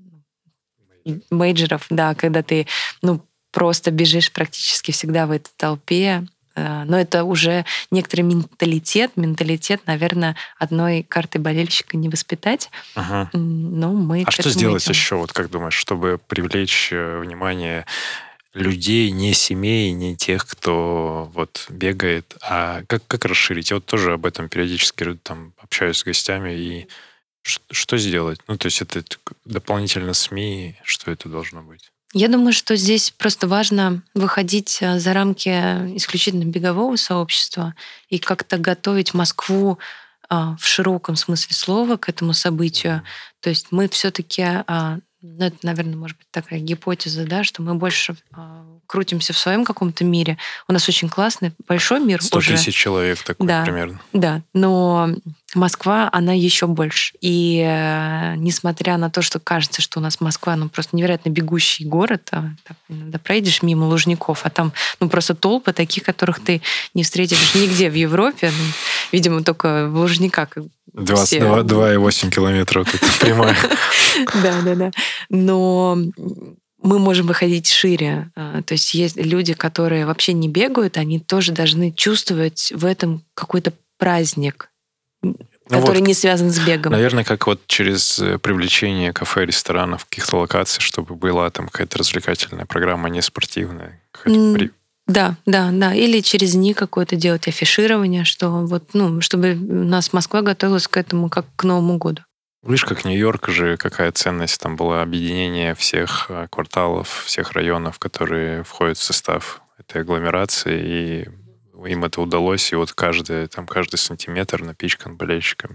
мейджеров, да, когда ты ну, просто бежишь практически всегда в этой толпе. Но это уже некоторый менталитет. Менталитет, наверное, одной картой болельщика не воспитать. Ага. Но мы а что сделать идем. еще, вот как думаешь, чтобы привлечь внимание людей, не семей, не тех, кто вот бегает, а как, как расширить? Я вот тоже об этом периодически там общаюсь с гостями, и что, что сделать? Ну, то есть это дополнительно СМИ, что это должно быть? Я думаю, что здесь просто важно выходить за рамки исключительно бегового сообщества и как-то готовить Москву в широком смысле слова к этому событию. Mm-hmm. То есть мы все-таки, ну, это, наверное, может быть такая гипотеза, да, что мы больше крутимся в своем каком-то мире. У нас очень классный, большой мир сто уже. тысяч человек такой, да, примерно. Да, но Москва, она еще больше. И э, несмотря на то, что кажется, что у нас Москва, ну, просто невероятно бегущий город, а, так, иногда проедешь мимо Лужников, а там, ну, просто толпы таких, которых ты не встретишь нигде в Европе. Ну, видимо, только в Лужниках. двадцать два и восемь километров тут прямая. Да, да, да. Но мы можем выходить шире. То есть есть люди, которые вообще не бегают, они тоже должны чувствовать в этом какой-то праздник, ну который вот, не связан с бегом. Наверное, как вот через привлечение кафе, ресторанов, каких-то локаций, чтобы была там какая-то развлекательная программа, не спортивная. Mm. Да, да, да. Или через них какое-то делать афиширование, что вот, ну, чтобы у нас Москва готовилась к этому как к Новому году. Видишь, как Нью-Йорк же, какая ценность там была, объединение всех кварталов, всех районов, которые входят в состав этой агломерации, и им это удалось, и вот каждый, там, каждый сантиметр напичкан болельщиками.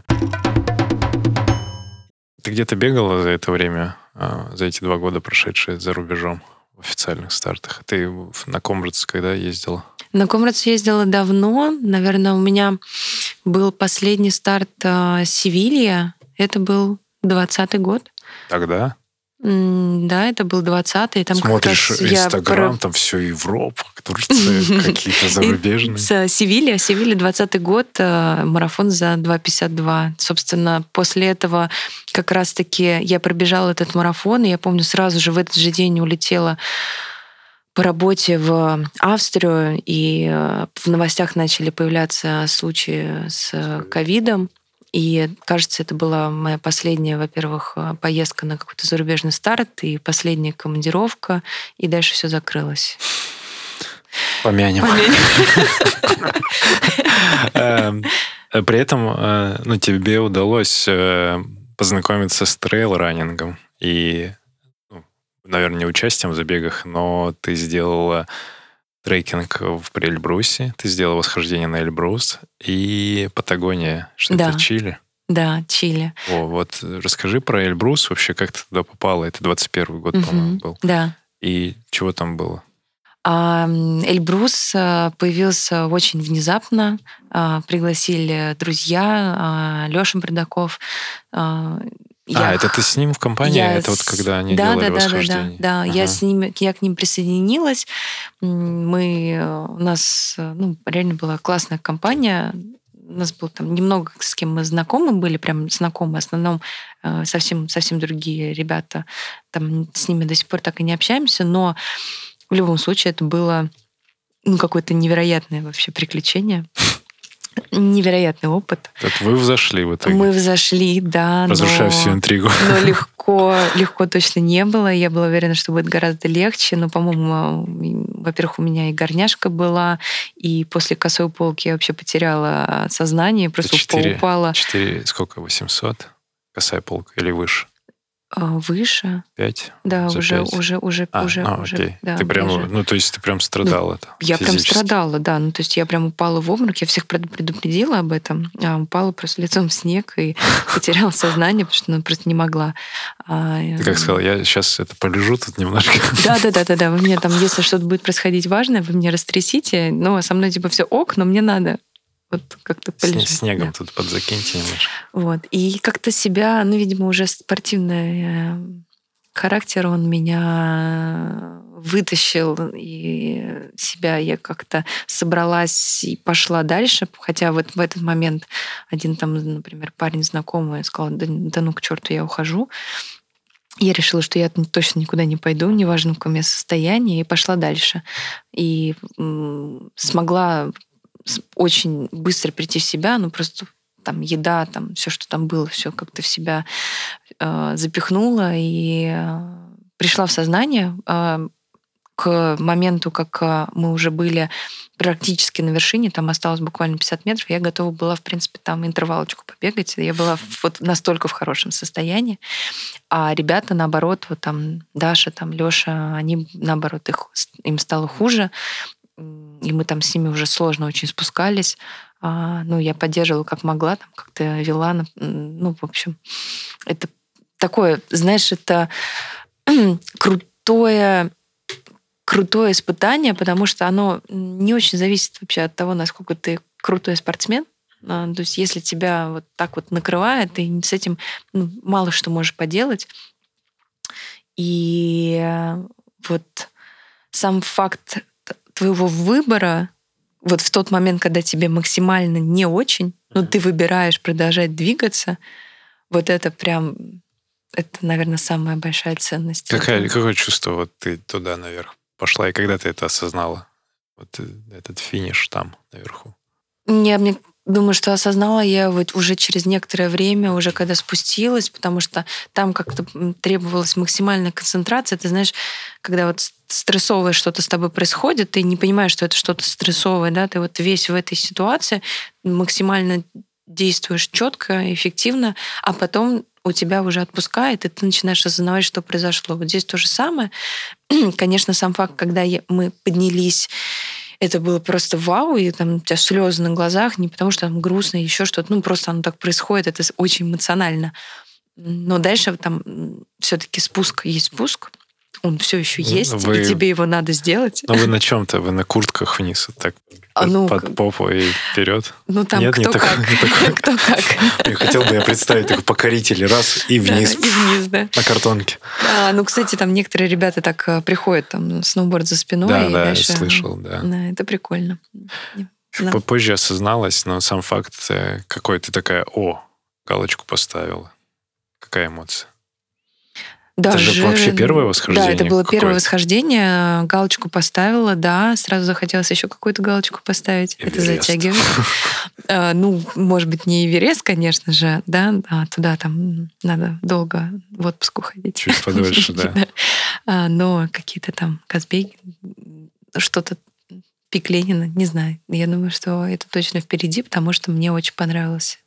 Ты где-то бегала за это время, за эти два года, прошедшие за рубежом в официальных стартах? Ты на Комрадс когда ездила? На Комрадс ездила давно. Наверное, у меня был последний старт Севилья. Это был двадцатый год. Тогда? Mm, да, это был двадцатый. Там смотришь Инстаграм, я... там все Европа, Турция, какие-то зарубежные. С Севилья, Севилья, двадцатый год, марафон за два пятьдесят два. Собственно, после этого как раз-таки я пробежала этот марафон, и я помню, сразу же в этот же день улетела по работе в Австрию, и в новостях начали появляться случаи с ковидом. И, кажется, это была моя последняя, во-первых, поездка на какой-то зарубежный старт и последняя командировка, и дальше все закрылось. Помянем. При этом ну, тебе удалось познакомиться с трейл-раннингом и, наверное, не участием в забегах, но ты сделала трекинг в Эльбрусе, ты сделала восхождение на Эльбрус и Патагония, что да. это Чили. Да, Чили. О, вот расскажи про Эльбрус, вообще как ты туда попала? Это двадцать первый год, угу, по-моему, был. Да. И чего там было? Эльбрус появился очень внезапно. Пригласили друзья, Леша Бредаков. Я... А, это ты с ним в компании? Я... Это вот когда они да, делали да, восхождение? Да, да, да. Ага. Я, с ним, я к ним присоединилась. Мы, у нас ну, реально была классная компания. у нас было там немного, с кем мы знакомы были, прям знакомы, в основном э, совсем, совсем другие ребята, там с ними до сих пор так и не общаемся, но в любом случае это было ну, какое-то невероятное вообще приключение. Невероятный опыт. Так вы взошли в итоге. Мы взошли, да. Разрушая но, всю интригу. Но легко, легко точно не было. Я была уверена, что будет гораздо легче. Но, по-моему, во-первых, у меня и горняшка была, и после косой полки я вообще потеряла сознание, просто упала. четыре, сколько, восемьсот? Косая полка или выше? Выше. Пять? Да, За уже, пять? уже, уже, а, уже, а, уже. Окей. Да, ты прям, ближе. ну, то есть ты прям страдала ну, там Я физически. прям страдала, да. Ну, то есть я прям упала в обморок, я всех предупредила об этом, а упала просто лицом в снег и потеряла сознание, потому что ну, просто не могла. Ты как сказала, я сейчас это полежу тут немножко. Да, да, да, да, да. Вы мне там, если что-то будет происходить важное, вы меня растрясите. Ну, со мной типа все ок, но мне надо вот как-то полежать. Снегом да. тут подзакиньте немножко. Вот. И как-то себя, ну, видимо, уже спортивный характер, он меня вытащил, и себя я как-то собралась и пошла дальше. Хотя вот в этот момент один там, например, парень знакомый сказал, да, да ну к черту, я ухожу. Я решила, что я точно никуда не пойду, неважно, в каком я состоянии, и пошла дальше. И м- смогла очень быстро прийти в себя, ну просто там еда, там все, что там было, все как-то в себя э, запихнула и э, пришла в сознание. Э, к моменту, как э, мы уже были практически на вершине, там осталось буквально пятьдесят метров, я готова была, в принципе, там интервалочку побегать. Я была вот настолько в хорошем состоянии. А ребята, наоборот, вот там Даша, там Лёша, они, наоборот, их, им стало хуже. И мы там с ними уже сложно очень спускались. А, ну, я поддерживала как могла, там как-то вела. Ну, в общем, это такое, знаешь, это крутое, крутое испытание, потому что оно не очень зависит вообще от того, насколько ты крутой спортсмен. То есть если тебя вот так вот накрывает, ты с этим ну, мало что можешь поделать. И вот сам факт твоего выбора, вот в тот момент, когда тебе максимально не очень, но ты выбираешь продолжать двигаться, вот это прям, это, наверное, самая большая ценность. Какая, какое чувство вот ты туда наверх пошла, и когда ты это осознала? Вот этот финиш там, наверху. Я мне думаю, что осознала я вот уже через некоторое время, уже когда спустилась, потому что там как-то требовалась максимальная концентрация. Ты знаешь, когда вот стрессовое что-то с тобой происходит, ты не понимаешь, что это что-то стрессовое, да, ты вот весь в этой ситуации максимально действуешь четко, эффективно, а потом у тебя уже отпускает, и ты начинаешь осознавать, что произошло. Вот здесь то же самое. Конечно, сам факт, когда мы поднялись, это было просто вау, и там у тебя слезы на глазах, не потому что там грустно, еще что-то, ну просто оно так происходит, это очень эмоционально. Но дальше там все-таки спуск есть спуск, он все еще есть, вы... и тебе его надо сделать. Но вы на чем-то, вы на куртках вниз, так а под, ну, под попу и вперед. Ну там Нет, кто, не как. Такой, не такой. кто как. Я хотел бы я представить такой покоритель раз и вниз. Да, и вниз, да. На картонке. А, ну, кстати, там некоторые ребята так приходят, там сноуборд за спиной. Да, и да, дальше... я слышал, да. Да, это прикольно. Да. Позже осозналась, но сам факт, какой ты такая, о, галочку поставила. Какая эмоция? Даже, это же вообще первое восхождение? Да, это было какое-то? первое восхождение. Галочку поставила, да. Сразу захотелось еще какую-то галочку поставить. Эверест. Это затягивает. Ну, может быть, не Эверест, конечно же, да. Туда там надо долго в отпуск уходить. Чуть подольше, да. Но какие-то там Казбеки, что-то Пик Ленина, не знаю. Я думаю, что это точно впереди, потому что мне очень понравилось.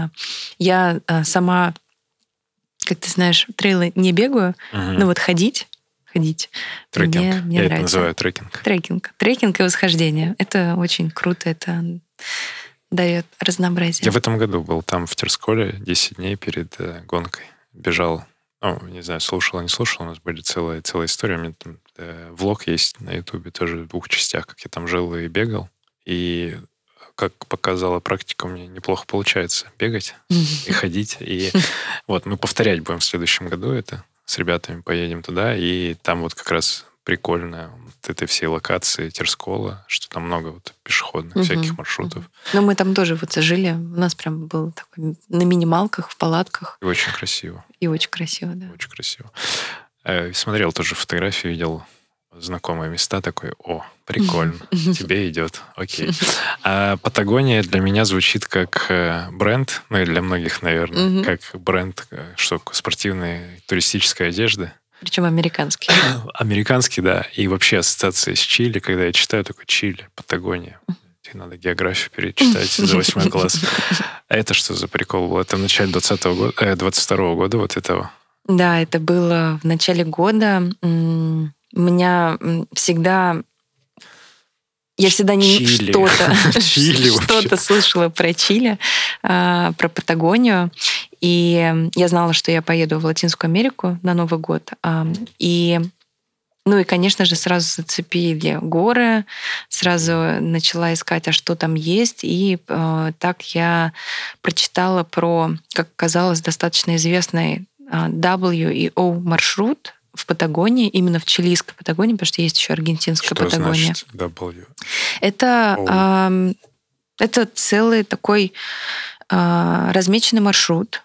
Я сама... Как ты знаешь, трейлы не бегаю, угу. но вот ходить, ходить трекинг. мне, мне Я нравится. это называю трекинг. Трекинг. Трекинг и восхождение. Это очень круто, это дает разнообразие. Я в этом году был там в Терсколе десять дней перед э, гонкой. Бежал, ну, не знаю, слушал, не слушал, у нас были целая, целая история. У меня там э, влог есть на Ютубе тоже в двух частях, как я там жил и бегал. И как показала практика, у меня неплохо получается бегать и ходить. И вот мы повторять будем в следующем году это. С ребятами поедем туда, и там вот как раз прикольная вот этой всей локации Терскола, что там много вот пешеходных Мгм. всяких маршрутов. Но мы там тоже вот жили. У нас прям был такой на минималках, в палатках. И очень красиво. И очень красиво, да. Очень красиво. Э, Смотрел тоже фотографии, видел знакомые места, такой, о, прикольно, тебе идет, окей. А Патагония для меня звучит как э, бренд, ну и для многих, наверное, Мгм. как бренд, э, что спортивной туристической одежды. Причем американский. Американский, да. И вообще ассоциации с Чили, когда я читаю, такой Чили, Патагония. Тебе надо географию перечитать за восьмой класс. А это что за прикол был? Это в начале двадцатого года, э, двадцать второго года вот этого? Да, это было в начале года. М, У меня м, всегда... Я всегда не Чили. что-то, Чили вообще. что-то слышала про Чили, а, про Патагонию. И я знала, что я поеду в Латинскую Америку на Новый год. А, И, ну и, конечно же, сразу зацепили горы, сразу начала искать, а что там есть. И э, так я прочитала про, как казалось, достаточно известный а, дабл ю и о маршрут в Патагонии, именно в чилийской Патагонии, потому что есть еще аргентинская Что Патагония. значит W? Это, О. ам, это целый такой а, размеченный маршрут,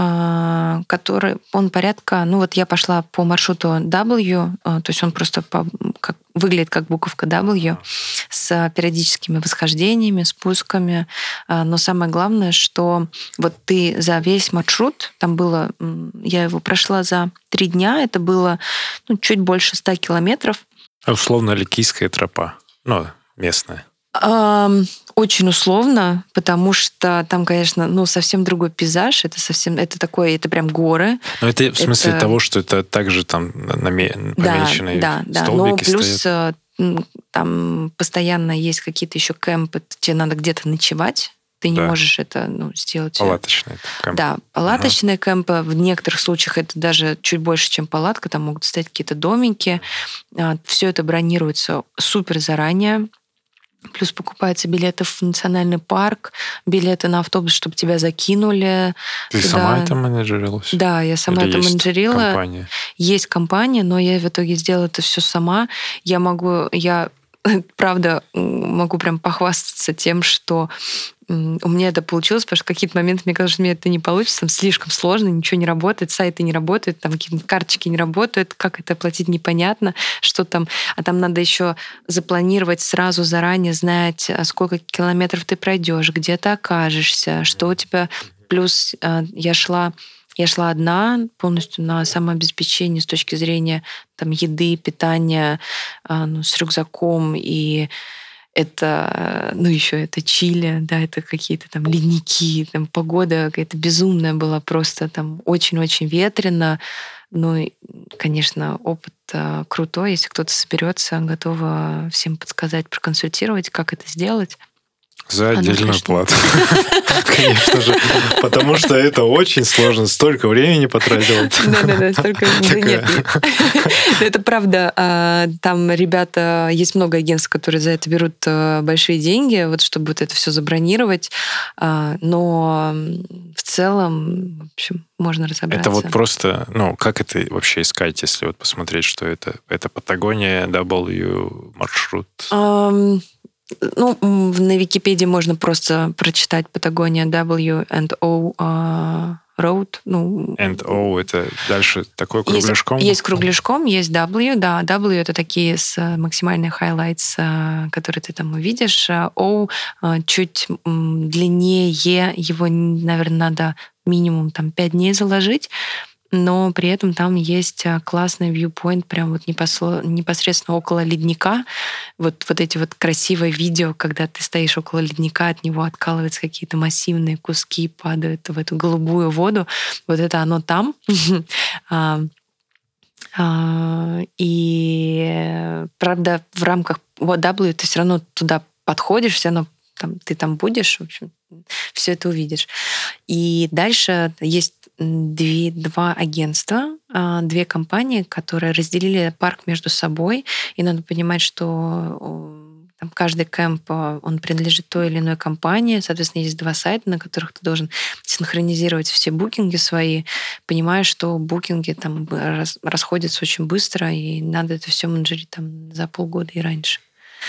а, который, он порядка, ну вот я пошла по маршруту W, а, то есть он просто по- как, выглядит как буковка W, с периодическими восхождениями, спусками. А, Но самое главное, что вот ты за весь маршрут, там было, м, я его прошла за три дня, это было ну, чуть больше ста километров. А условно Ликийская тропа. Ну, местная. Ам, Очень условно, потому что там, конечно, ну, совсем другой пейзаж. Это совсем, это такое, это прям горы. Но это в смысле Это- того, что это также там наме- помеченные да, да, да. столбики Но плюс стоят. э, м, там постоянно есть какие-то еще кемпы, тебе надо где-то ночевать. Ты не Да. можешь это ну, сделать. Палаточные. там. Да, палаточные кемпы. В некоторых случаях это даже чуть больше, чем палатка. Там могут стоять какие-то домики. Все это бронируется супер заранее. Плюс покупаются билеты в национальный парк, билеты на автобус, чтобы тебя закинули. Ты туда. сама это менеджерилась? Да, я сама Или это есть менеджерила. компания? Есть компания, но я в итоге сделала это все сама. Я могу, я правда могу прям похвастаться тем, что м, у меня это получилось, потому что в какие-то моменты мне казалось, что у меня это не получится, там слишком сложно, ничего не работает, сайты не работают, там какие-то карточки не работают, как это оплатить непонятно, что там, а там надо еще запланировать сразу заранее, знать, а сколько километров ты пройдешь, где ты окажешься, что у тебя. Плюс а, я шла Я шла одна, полностью на самообеспечение с точки зрения там, еды, питания, а, ну, с рюкзаком. И это, ну, еще это Чили, да, это какие-то там ледники, там погода какая-то безумная была, просто там очень-очень ветрено. Ну, и, конечно, опыт а, крутой. Если кто-то соберется, готова всем подсказать, проконсультировать, как это сделать. За Оно, отдельную конечно. плату. Конечно же. Потому что это очень сложно. Столько времени потратил. Да-да-да, столько... да нет, нет. Это правда. а, Там ребята, есть много агентств, которые за это берут а, большие деньги, вот чтобы вот это все забронировать. А, Но м, в целом, в общем, можно разобраться. Это вот просто, ну, как это вообще искать, если вот посмотреть, что это? Это Патагония W маршрут. Ам, Ну, м, в- на Википедии можно просто прочитать Патагония W and O а, Road. Ну, And O это дальше такой Есть, кругляшком. есть кругляшком, есть W, да. W — это такие с э, максимальные highlights, э, которые ты там увидишь. А O э, чуть м, длиннее, его, наверное, надо минимум там пять дней заложить, но при этом там есть э, классный viewpoint прям вот непосло- непосредственно около ледника. Вот, вот эти вот красивые видео, когда ты стоишь около ледника, от него откалываются какие-то массивные куски, падают в эту голубую воду. Вот это оно там. А, а, И, правда, в рамках вот W ты все равно туда подходишь, все равно там, ты там будешь, в общем, все это увидишь. И дальше есть две, два агентства, а, две компании, которые разделили парк между собой. И надо понимать, что о, там каждый кэмп, он принадлежит той или иной компании. Соответственно, есть два сайта, на которых ты должен синхронизировать все букинги свои, понимая, что букинги там расходятся очень быстро, и надо это все менеджерить там за полгода и раньше.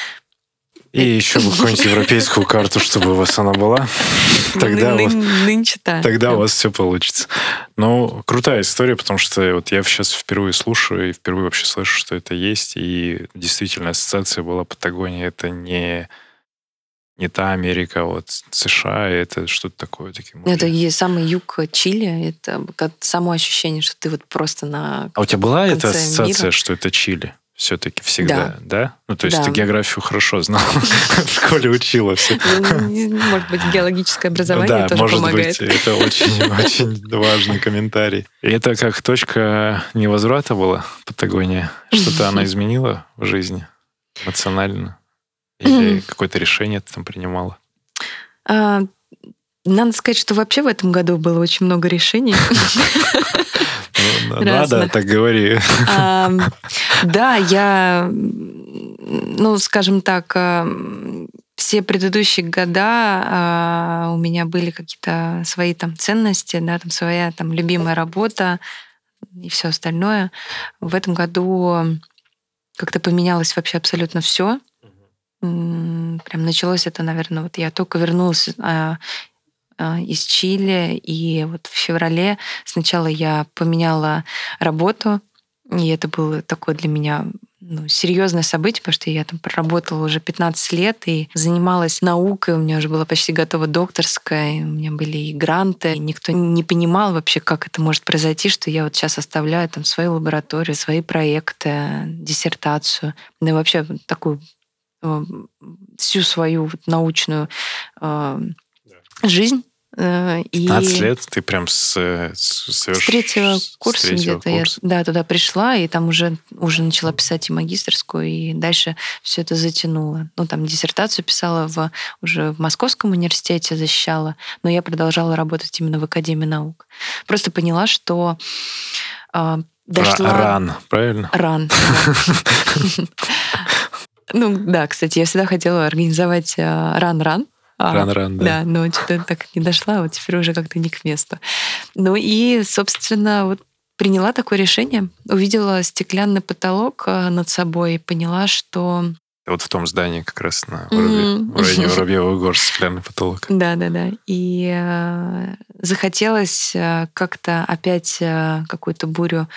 И еще бы какую-нибудь европейскую карту, чтобы у вас она была. Тогда, Ны- вот, ны- нынче так. тогда у вас все получится. Ну, крутая история, потому что вот я сейчас впервые слушаю и впервые вообще слышу, что это есть. И действительно ассоциация была Патагония. Это не, не та Америка, а вот США. Это что-то такое. Такие Это и самый юг Чили. Это как само ощущение, что ты вот просто на А у тебя была эта конце ассоциация, мира. что это Чили? Все-таки всегда, да? Да. Ну, то есть Да. ты географию хорошо знала, в школе учила все. Ну, может быть, геологическое образование Да, тоже может помогает. быть, это очень-очень важный комментарий. И это как точка невозврата была, Патагония? Что-то она изменила в жизни эмоционально? Или какое-то решение ты там принимала? А, Надо сказать, что вообще в этом году было очень много решений. Ну, Надо, Разных. так говори. А, Да, я, ну, скажем так, а, все предыдущие года а, у меня были какие-то свои там ценности, да, там своя там любимая работа и все остальное. В этом году как-то поменялось вообще абсолютно все. Прям началось это, наверное, вот я только вернулась а, а, из Чили, и вот в феврале сначала я поменяла работу, и это было такое для меня ну, серьезное событие, потому что я там проработала уже пятнадцать лет и занималась наукой, у меня уже была почти готова докторская, и у меня были и гранты, и никто не понимал вообще, как это может произойти, что я вот сейчас оставляю там свою лабораторию, свои проекты, диссертацию, ну и вообще такую э, всю свою вот научную э, жизнь. э, И пятнадцать лет ты прям с, с, с третьего курса с третьего где-то я курса. да, туда пришла, и там уже, уже начала писать и магистерскую, и дальше все это затянуло. Ну, там диссертацию писала в, уже в Московском университете, защищала, но я продолжала работать именно в Академии наук. Просто поняла, что э, дошла... Ран, правильно? Ран. да. Ну, да, кстати, я всегда хотела организовать э, ран-ран. А, Ран-ран, да. Да, но что-то так не дошла, вот теперь уже как-то не к месту. Ну и, собственно, вот приняла такое решение, увидела стеклянный потолок э, над собой и поняла, что... Вот в том здании как раз на Мгм. Воробье- в районе Воробьевых гор стеклянный потолок. Да-да-да. И э, захотелось э, как-то опять э, какую-то бурю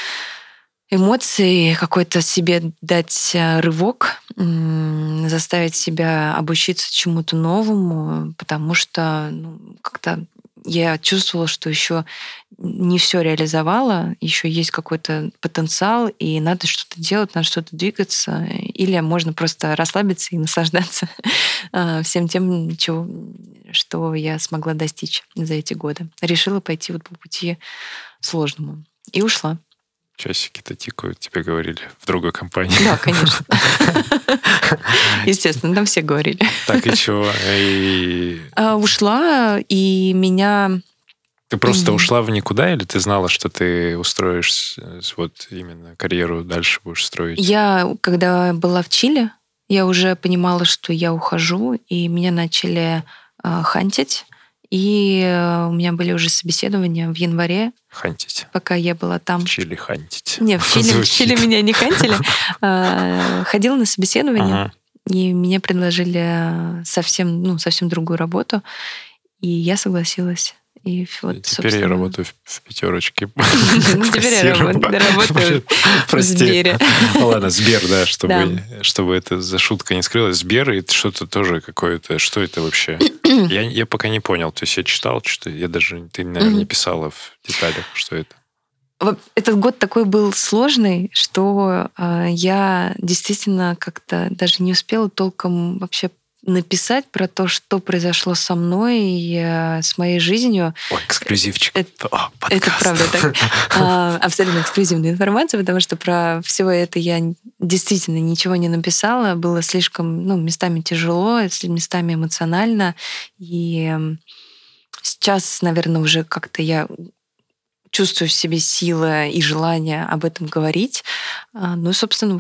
эмоций, какой-то себе дать э, рывок, м, заставить себя обучиться чему-то новому, потому что ну, как-то я чувствовала, что еще не все реализовала, еще есть какой-то потенциал, и надо что-то делать, надо что-то двигаться, или можно просто расслабиться и наслаждаться э, всем тем, чего, что я смогла достичь за эти годы. Решила пойти вот по пути сложному. И ушла. Часики-то тикают, тебе говорили, в другой компании. Да, конечно. Естественно, там все говорили. Так, и чего? И А, Ушла, и меня... ты просто Мгм. ушла в никуда, или ты знала, что ты устроишь вот именно карьеру дальше будешь строить? Я, когда была в Чили, я уже понимала, что я ухожу, и меня начали а, хантить. И э, у меня были уже собеседования в январе, Хантить. пока я была там. В Чили хантить. Нет, в Чили, в Звучит. Чили меня не хантили. А, Ходила на собеседование, Ага. и мне предложили совсем, ну, совсем другую работу, и я согласилась. И вот, И теперь собственно, я работаю в, в пятерочке. Ну, теперь я Кассиром. работаю, работаю в Прости. Сбере. Ну ладно, Сбер, да, чтобы, Да. чтобы это за шутка не скрылась. Сбер, и это что-то тоже какое-то... Что это вообще? я, я пока не понял. То есть я читал, что я даже... Ты, наверное, не Мгм. писала в деталях, что это. Вот этот год такой был сложный, что э, я действительно как-то даже не успела толком вообще написать про то, что произошло со мной и э, с моей жизнью. Ой, эксклюзивчик. Это- О, Это подкаст. правда так. А, Абсолютно эксклюзивная информация, потому что про все это я действительно ничего не написала. Было слишком, ну, местами тяжело, местами эмоционально. И эм, сейчас, наверное, уже как-то я чувствую в себе силы и желание об этом говорить. А, Ну, и, собственно, вот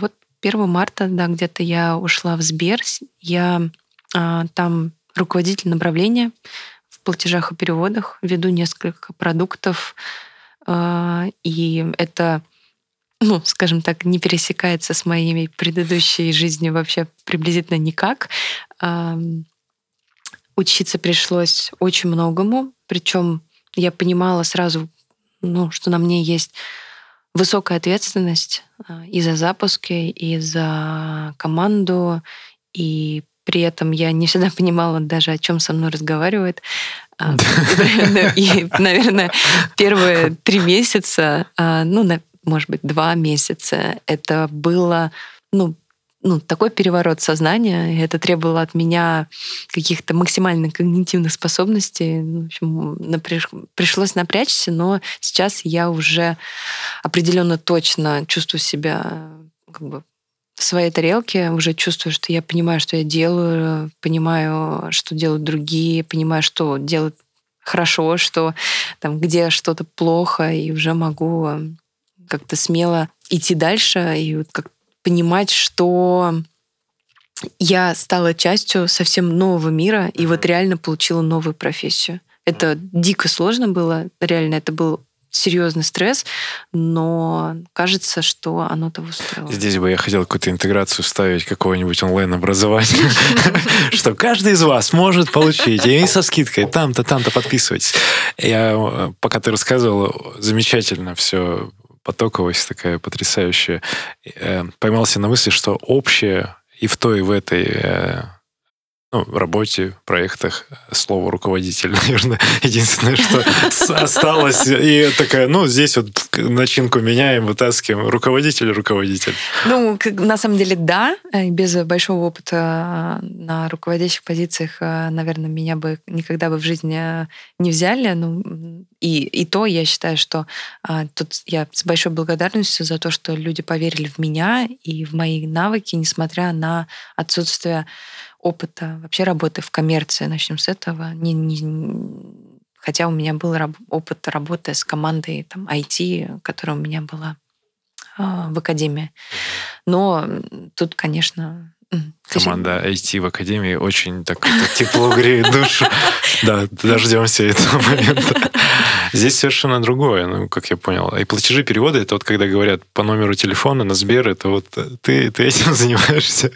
первого марта, да, где-то я ушла в Сбер. Я а, там руководитель направления в платежах и переводах, веду несколько продуктов, а, и это, ну, скажем так, не пересекается с моей предыдущей жизнью вообще приблизительно никак. А, учиться пришлось очень многому, причем я понимала сразу, ну, что на мне есть высокая ответственность и за запуски, и за команду, и при этом я не всегда понимала даже, о чем со мной разговаривают. И, наверное, первые три месяца, ну, может быть, два месяца, это было, ну, ну, такой переворот сознания, и это требовало от меня каких-то максимально когнитивных способностей. В общем, напряж... пришлось напрячься, но сейчас я уже определенно точно чувствую себя как бы в своей тарелке, уже чувствую, что я понимаю, что я делаю, понимаю, что делают другие, понимаю, что делают хорошо, что там, где что-то плохо, и уже могу как-то смело идти дальше и вот как понимать, что я стала частью совсем нового мира и вот реально получила новую профессию. Это дико сложно было, реально это был серьезный стресс, но кажется, что оно того стоило. Здесь бы я хотел какую-то интеграцию вставить какого-нибудь онлайн-образования, что каждый из вас может получить, и со скидкой там-то, там-то подписывайтесь. Я, пока ты рассказывал, замечательно все, потоковость такая потрясающая. Поймался на мысли, что общее и в той, и в этой ну, работе, проектах слово «руководитель», наверное, единственное, что осталось. И такая, ну, здесь вот начинку меняем, вытаскиваем. Руководитель, руководитель. Ну, на самом деле, да. Без большого опыта на руководящих позициях, наверное, меня бы никогда бы в жизни не взяли. Ну, и, и то я считаю, что а, тут я с большой благодарностью за то, что люди поверили в меня и в мои навыки, несмотря на отсутствие опыта вообще работы в коммерции, начнем с этого. Не, не, хотя у меня был раб, опыт работы с командой там, ай ти, которая у меня была э, в академии. Но тут, конечно... Команда ай ти в академии очень так тепло греет душу. Да, дождемся этого момента. Здесь совершенно другое, ну, как я понял. И платежи, переводы, это вот когда говорят по номеру телефона на Сбер, это вот ты, ты этим занимаешься.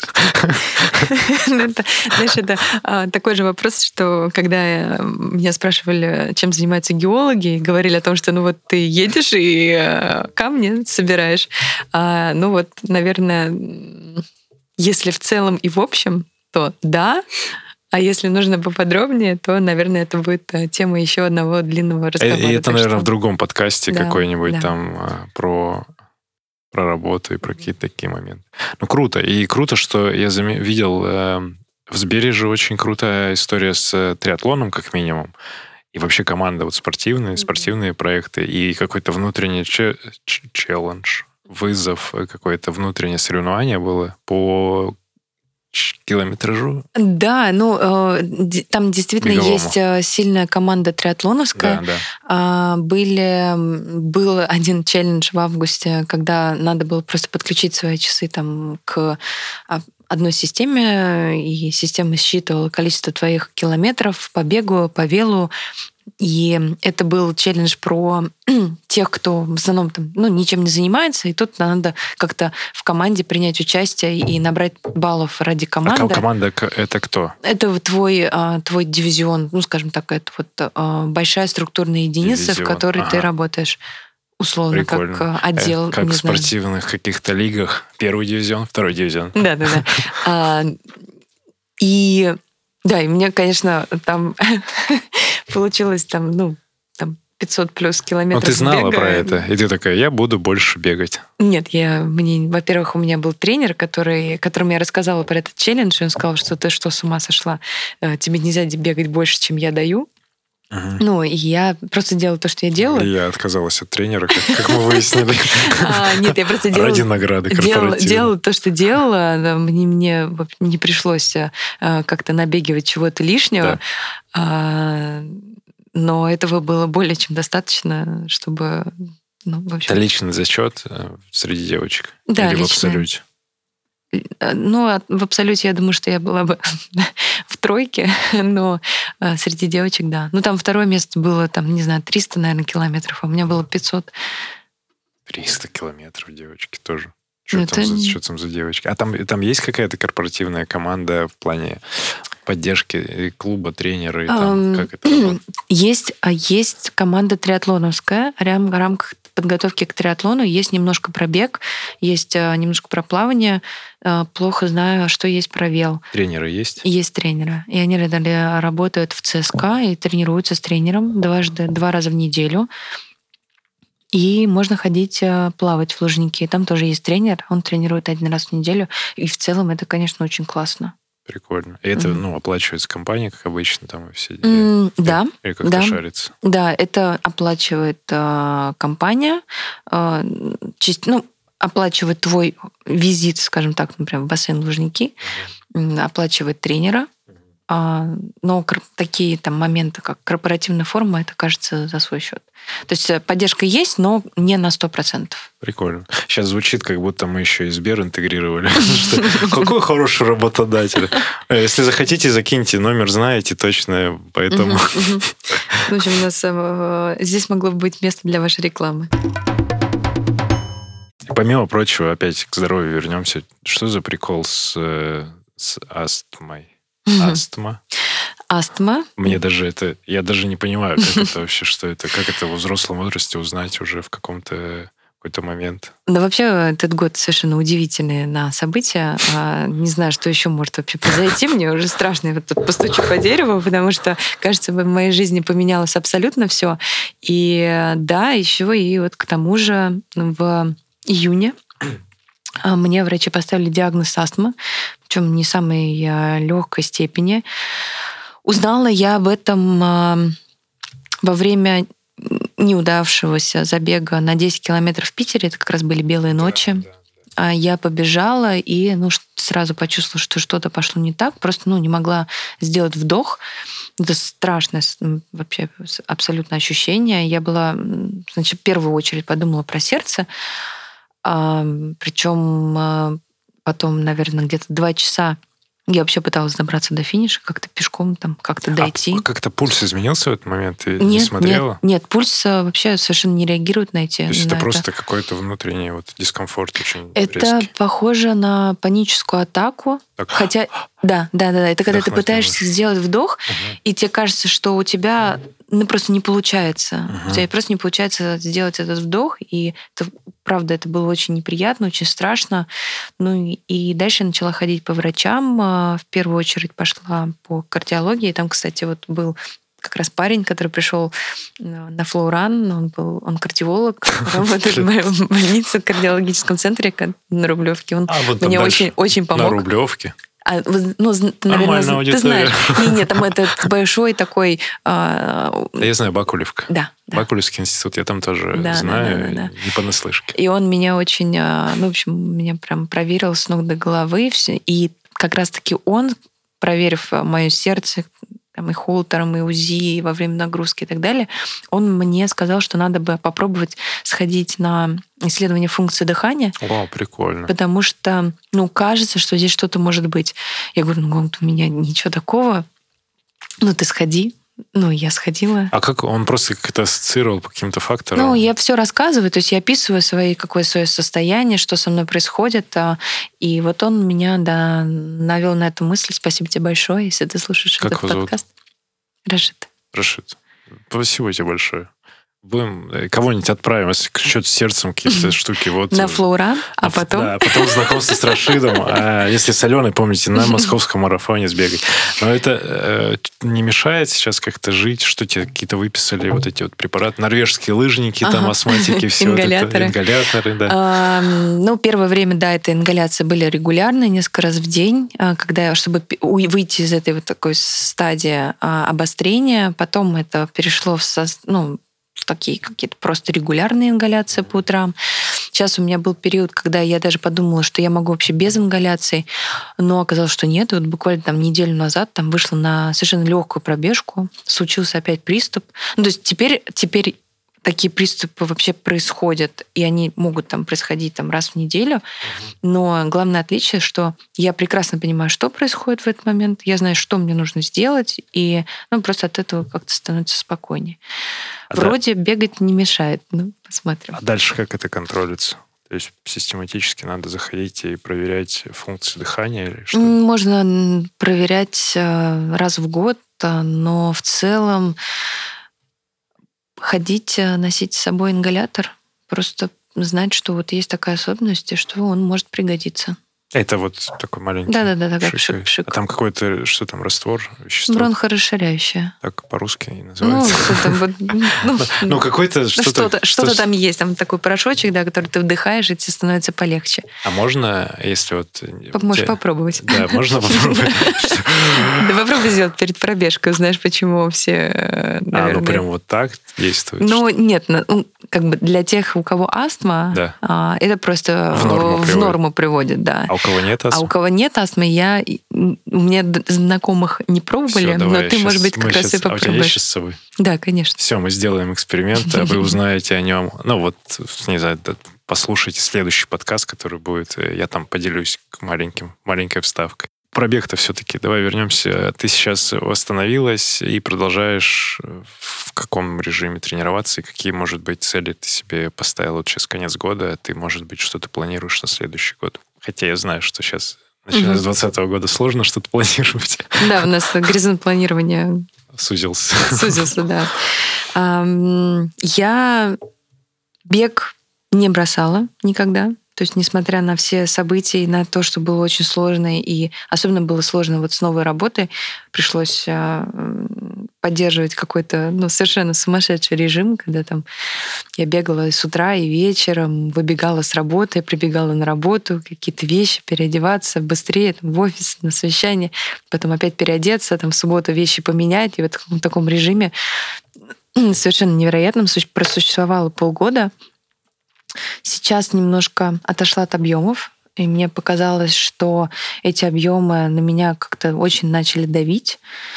Знаешь, это такой же вопрос, что когда меня спрашивали, чем занимаются геологи, говорили о том, что ну вот ты едешь и камни собираешь. Ну вот, наверное, если в целом и в общем, то да. А если нужно поподробнее, то, наверное, это будет тема еще одного длинного разговора. И это, наверное, что... в другом подкасте да, какой-нибудь да. там про, про работу и про какие-то такие моменты. Ну, круто. И круто, что я зам... видел э, в Сбере же очень крутая история с триатлоном, как минимум. И вообще команда вот спортивные, mm-hmm. спортивные проекты и какой-то внутренний ч- ч- челлендж, вызов, какое-то внутреннее соревнование было по километражу? Да, ну, э, там действительно беговому. Есть сильная команда триатлоновская. Да, да. Э, были, был один челлендж в августе, когда надо было просто подключить свои часы там, к одной системе, и система считывала количество твоих километров по бегу, по велу. И это был челлендж про тех, кто в основном там, ну, ничем не занимается, и тут надо как-то в команде принять участие и набрать баллов ради команды. А команда это кто? Это твой, твой дивизион, ну, скажем так, это вот большая структурная единица, дивизион. В которой ага. ты работаешь. Условно, прикольно. Как отдел. Как не в знаю. спортивных каких-то лигах. Первый дивизион, второй дивизион. Да-да-да. И да, и мне, конечно, там получилось там, ну, там пятьсот плюс километров. Но ты знала бега. Про это, и ты такая, я буду больше бегать. Нет, я, мне, во-первых, у меня был тренер, который, которому я рассказала про этот челлендж, и он сказал, что ты что, с ума сошла? Тебе нельзя бегать больше, чем я даю. Угу. Ну, и я просто делала то, что я делала. И я отказалась от тренера, как, как мы выяснили. А, нет, я просто делала... Ради награды корпоративной. Делала, делала то, что делала. Мне, мне не пришлось как-то набегивать чего-то лишнего. Да. Но этого было более чем достаточно, чтобы... Ну, в общем... Это личный зачет среди девочек? Да, или личный. В абсолюте? Ну, в абсолюте я думаю, что я была бы в тройке, но среди девочек, да. Ну, там второе место было, там, не знаю, триста, наверное, километров, а у меня было пятьсот. триста километров девочки тоже. Что, Ну, там, это... за, что там за девочки? А там, там есть какая-то корпоративная команда в плане поддержки клуба, тренеры? Там, как это работает? Есть, есть команда триатлоновская. В рамках подготовки к триатлону есть немножко пробег, есть немножко про плавание. Плохо знаю, что есть про вел. Тренеры есть? Есть тренеры. И они работают в ЦСКА и тренируются с тренером дважды, два раза в неделю. И можно ходить плавать в Лужники. Там тоже есть тренер, он тренирует один раз в неделю. И в целом это, конечно, очень классно. Прикольно. И это, mm. ну, оплачивается компания, как обычно, там и все дела? Mm, да. Или как-то да. шарится? Да, это оплачивает э, компания. Э, чист, ну, оплачивает твой визит, скажем так, например, в бассейн Лужники. Mm-hmm. Оплачивает тренера. Mm-hmm. Э, но такие там моменты, как корпоративная форма, это, кажется, за свой счет. То есть поддержка есть, но не на сто процентов. Прикольно. Сейчас звучит, как будто мы еще и Сбер интегрировали. Какой хороший работодатель. Если захотите, закиньте номер, знаете точно, поэтому... В общем, у нас здесь могло бы быть место для вашей рекламы. Помимо прочего, опять к здоровью вернемся. Что за прикол с астмой? Астма? Астма. Мне даже это... Я даже не понимаю, как это вообще, что это, как это во взрослом возрасте узнать уже в каком-то какой-то момент. Да вообще этот год совершенно удивительный на события. Не знаю, что еще может вообще произойти. Мне уже страшно, я вот тут постучу по дереву, потому что, кажется, в моей жизни поменялось абсолютно все. И да, еще и вот к тому же в июне мне врачи поставили диагноз астма, причем не самой легкой степени. Узнала я об этом во время неудавшегося забега на десять километров в Питере. Это как раз были белые ночи. Да, да, да. Я побежала и ну, сразу почувствовала, что что-то пошло не так. Просто ну, не могла сделать вдох. Это страшное вообще абсолютно ощущение. Я была, значит, в первую очередь подумала про сердце. Причем потом, наверное, где-то два часа я вообще пыталась добраться до финиша, как-то пешком там, как-то дойти. А как-то пульс изменился в этот момент? Ты нет, не смотрела? Нет, нет, пульс вообще совершенно не реагирует на эти. То есть на это, это просто какой-то внутренний вот дискомфорт очень Это резкий. Похоже на паническую атаку. Так. Хотя, да, да, да, да. Это когда ты пытаешься сделать вдох, угу. и тебе кажется, что у тебя ну, просто не получается. Угу. У тебя просто не получается сделать этот вдох, и это, правда, это было очень неприятно, очень страшно. Ну и дальше я начала ходить по врачам. В первую очередь пошла по кардиологии. Там, кстати, вот был как раз парень, который пришел на флоуран, он был, он кардиолог, работает в больнице, в кардиологическом центре на Рублевке. Он а, вот мне очень, очень помог. На Рублевке? А, ну, ты, наверное, ты знаешь. Нет, нет, там этот большой такой... А... Я знаю, Бакулевка. Да. да. Бакулевский институт, я там тоже да, знаю, да, да, да, да. не понаслышке. И он меня очень, ну, в общем, меня прям проверил с ног до головы. И как раз-таки он, проверив мое сердце, там, и холтером, и УЗИ, и во время нагрузки и так далее, он мне сказал, что надо бы попробовать сходить на исследование функции дыхания. О, прикольно. Потому что, ну, кажется, что здесь что-то может быть. Я говорю, ну, у меня ничего такого. Ну, ты сходи. Ну, я сходила. А как он просто как-то ассоциировал по каким-то факторам? Ну, я все рассказываю, то есть я описываю свои, какое свое состояние, что со мной происходит. И вот он меня, да, навел на эту мысль. Спасибо тебе большое, если ты слушаешь как этот подкаст. Рашид. Рашид. Спасибо тебе большое. Будем кого-нибудь отправим, если что-то с сердцем какие-то штуки. Вот. На флоуран, а, а потом? Да, потом знакомство с Рашидом. А если с Аленой, помните, на московском марафоне сбегать. Но это э, не мешает сейчас как-то жить, что тебе какие-то выписали вот эти вот препараты, норвежские лыжники, ага. там астматики, все ингаляторы. Вот это, ингаляторы, да. А, ну, первое время, да, это ингаляции были регулярные, несколько раз в день, когда, чтобы выйти из этой вот такой стадии обострения, потом это перешло в, ну, такие какие-то просто регулярные ингаляции по утрам. Сейчас у меня был период, когда я даже подумала, что я могу вообще без ингаляций, но оказалось, что нет. И вот буквально там неделю назад там вышла на совершенно легкую пробежку, случился опять приступ. Ну, то есть теперь, теперь такие приступы вообще происходят, и они могут там происходить там, раз в неделю. Но главное отличие, что я прекрасно понимаю, что происходит в этот момент, я знаю, что мне нужно сделать, и ну, просто от этого как-то становится спокойнее. А Вроде да... бегать не мешает, ну, посмотрим. А дальше как это контролится? То есть систематически надо заходить и проверять функции дыхания? Или что? Можно проверять раз в год, но в целом ходить, носить с собой ингалятор, просто знать, что вот есть такая особенность, и что он может пригодиться. Это вот такой маленький Да-да-да, такая пшик. пшик. А там какой-то, что там, раствор, вещество? Бронхорасширяющее. Так по-русски и называется. Ну, что там, вот, ну, ну, какой-то что-то... Что-то, что-то там есть, там такой порошочек, да, который ты вдыхаешь, и тебе становится полегче. А можно, если вот... Можешь попробовать. Да, можно попробовать. Да попробуй сделать перед пробежкой, узнаешь, почему все, наверное... А, ну прям вот так действует? Ну, нет, как бы для тех, у кого астма, это просто в норму приводит, да. А у кого нет астмы? А у кого нет астмы, я... У меня знакомых не пробовали, Всё, но ты, сейчас, может быть, как раз сейчас, и попробуешь. А у тебя есть сейчас с собой? Да, конечно. Все, мы сделаем эксперимент, а вы узнаете о нем. Ну вот, не знаю, послушайте следующий подкаст, который будет. Я там поделюсь маленьким, маленькой вставкой. Пробег-то все-таки. Давай вернемся. Ты сейчас восстановилась и продолжаешь в каком режиме тренироваться? И какие, может быть, цели ты себе поставила вот сейчас конец года? Ты, может быть, что-то планируешь на следующий год? Хотя я знаю, что сейчас, начиная угу. с двадцатого года, сложно что-то планировать. Да, у нас горизонт планирования сузился. Сузился, да. Я бег не бросала никогда. То есть, несмотря на все события и на то, что было очень сложно, и особенно было сложно вот с новой работой, пришлось поддерживать какой-то ну, совершенно сумасшедший режим, когда там я бегала и с утра, и вечером, выбегала с работы, прибегала на работу, какие-то вещи, переодеваться быстрее там, в офис, на совещание, потом опять переодеться, там, в субботу вещи поменять. И вот в таком, таком режиме совершенно невероятном просуществовала полгода. Сейчас немножко отошла от объемов, и мне показалось, что эти объемы на меня как-то очень начали давить.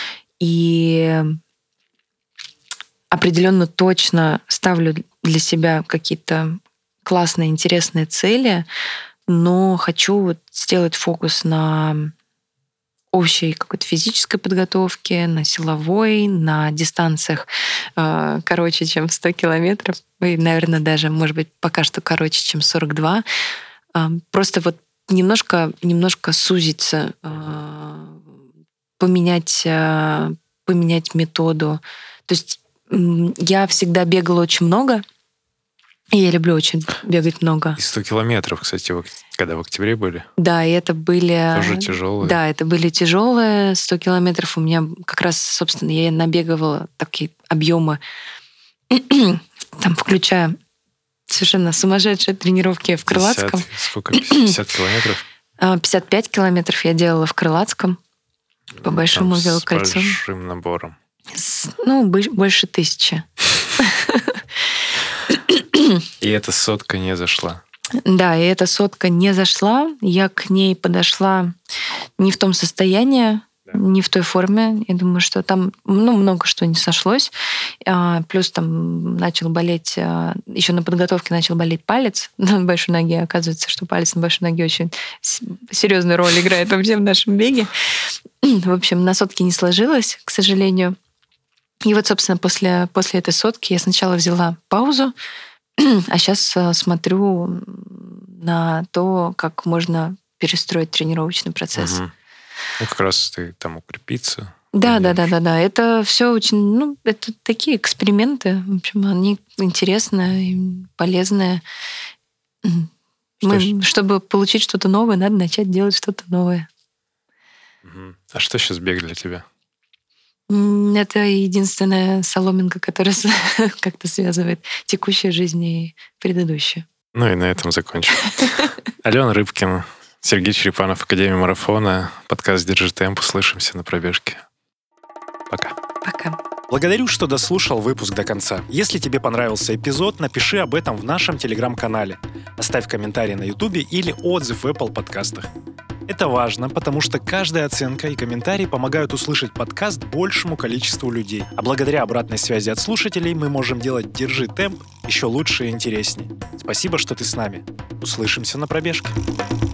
И определенно точно ставлю для себя какие-то классные, интересные цели, но хочу вот сделать фокус на общей какой-то физической подготовке, на силовой, на дистанциях э, короче, чем сто километров, и, наверное, даже, может быть, пока что короче, чем сорок два. Э, просто вот немножко, немножко сузиться, э, поменять, э, поменять методу. То есть э, я всегда бегала очень много, и я люблю очень бегать много. И сто километров, кстати, когда в октябре были? Да, и это были... Тоже тяжелые. Да, это были тяжелые сто километров. У меня как раз, собственно, я набегивала такие объемы, там, включая совершенно сумасшедшие тренировки в Крылатском. пятьдесят, сколько? пятьдесят километров? пятьдесят пять километров я делала в Крылатском по большому велокольцу. С большим набором. С, ну, больше тысячи. И эта сотка не зашла. Да, и эта сотка не зашла. Я к ней подошла не в том состоянии, да. не в той форме. Я думаю, что там ну, много что не сошлось. Плюс там начал болеть, еще на подготовке начал болеть палец на большой ноге. Оказывается, что палец на большой ноге очень серьезную роль играет вообще в нашем беге. В общем, на сотке не сложилось, к сожалению. И вот, собственно, после, после этой сотки я сначала взяла паузу, а сейчас смотрю на то, как можно перестроить тренировочный процесс. Угу. Ну, как раз ты там укрепиться. Да, да, да, да, да. Это все очень, ну, это такие эксперименты. В общем, они интересные и полезные. Мы, ж... Чтобы получить что-то новое, надо начать делать что-то новое. Угу. А что сейчас бег для тебя? Это единственная соломинка, которая как-то связывает текущую жизнь и предыдущую. Ну и на этом закончим. Алена Рыбкина, Сергей Черепанов, Академия марафона, подкаст «Держи темп». Услышимся на пробежке. Пока. Пока. Благодарю, что дослушал выпуск до конца. Если тебе понравился эпизод, напиши об этом в нашем телеграм-канале. Оставь комментарий на Ютубе или отзыв в Apple подкастах. Это важно, потому что каждая оценка и комментарий помогают услышать подкаст большему количеству людей. А благодаря обратной связи от слушателей мы можем делать «Держи темп» еще лучше и интересней. Спасибо, что ты с нами. Услышимся на пробежке.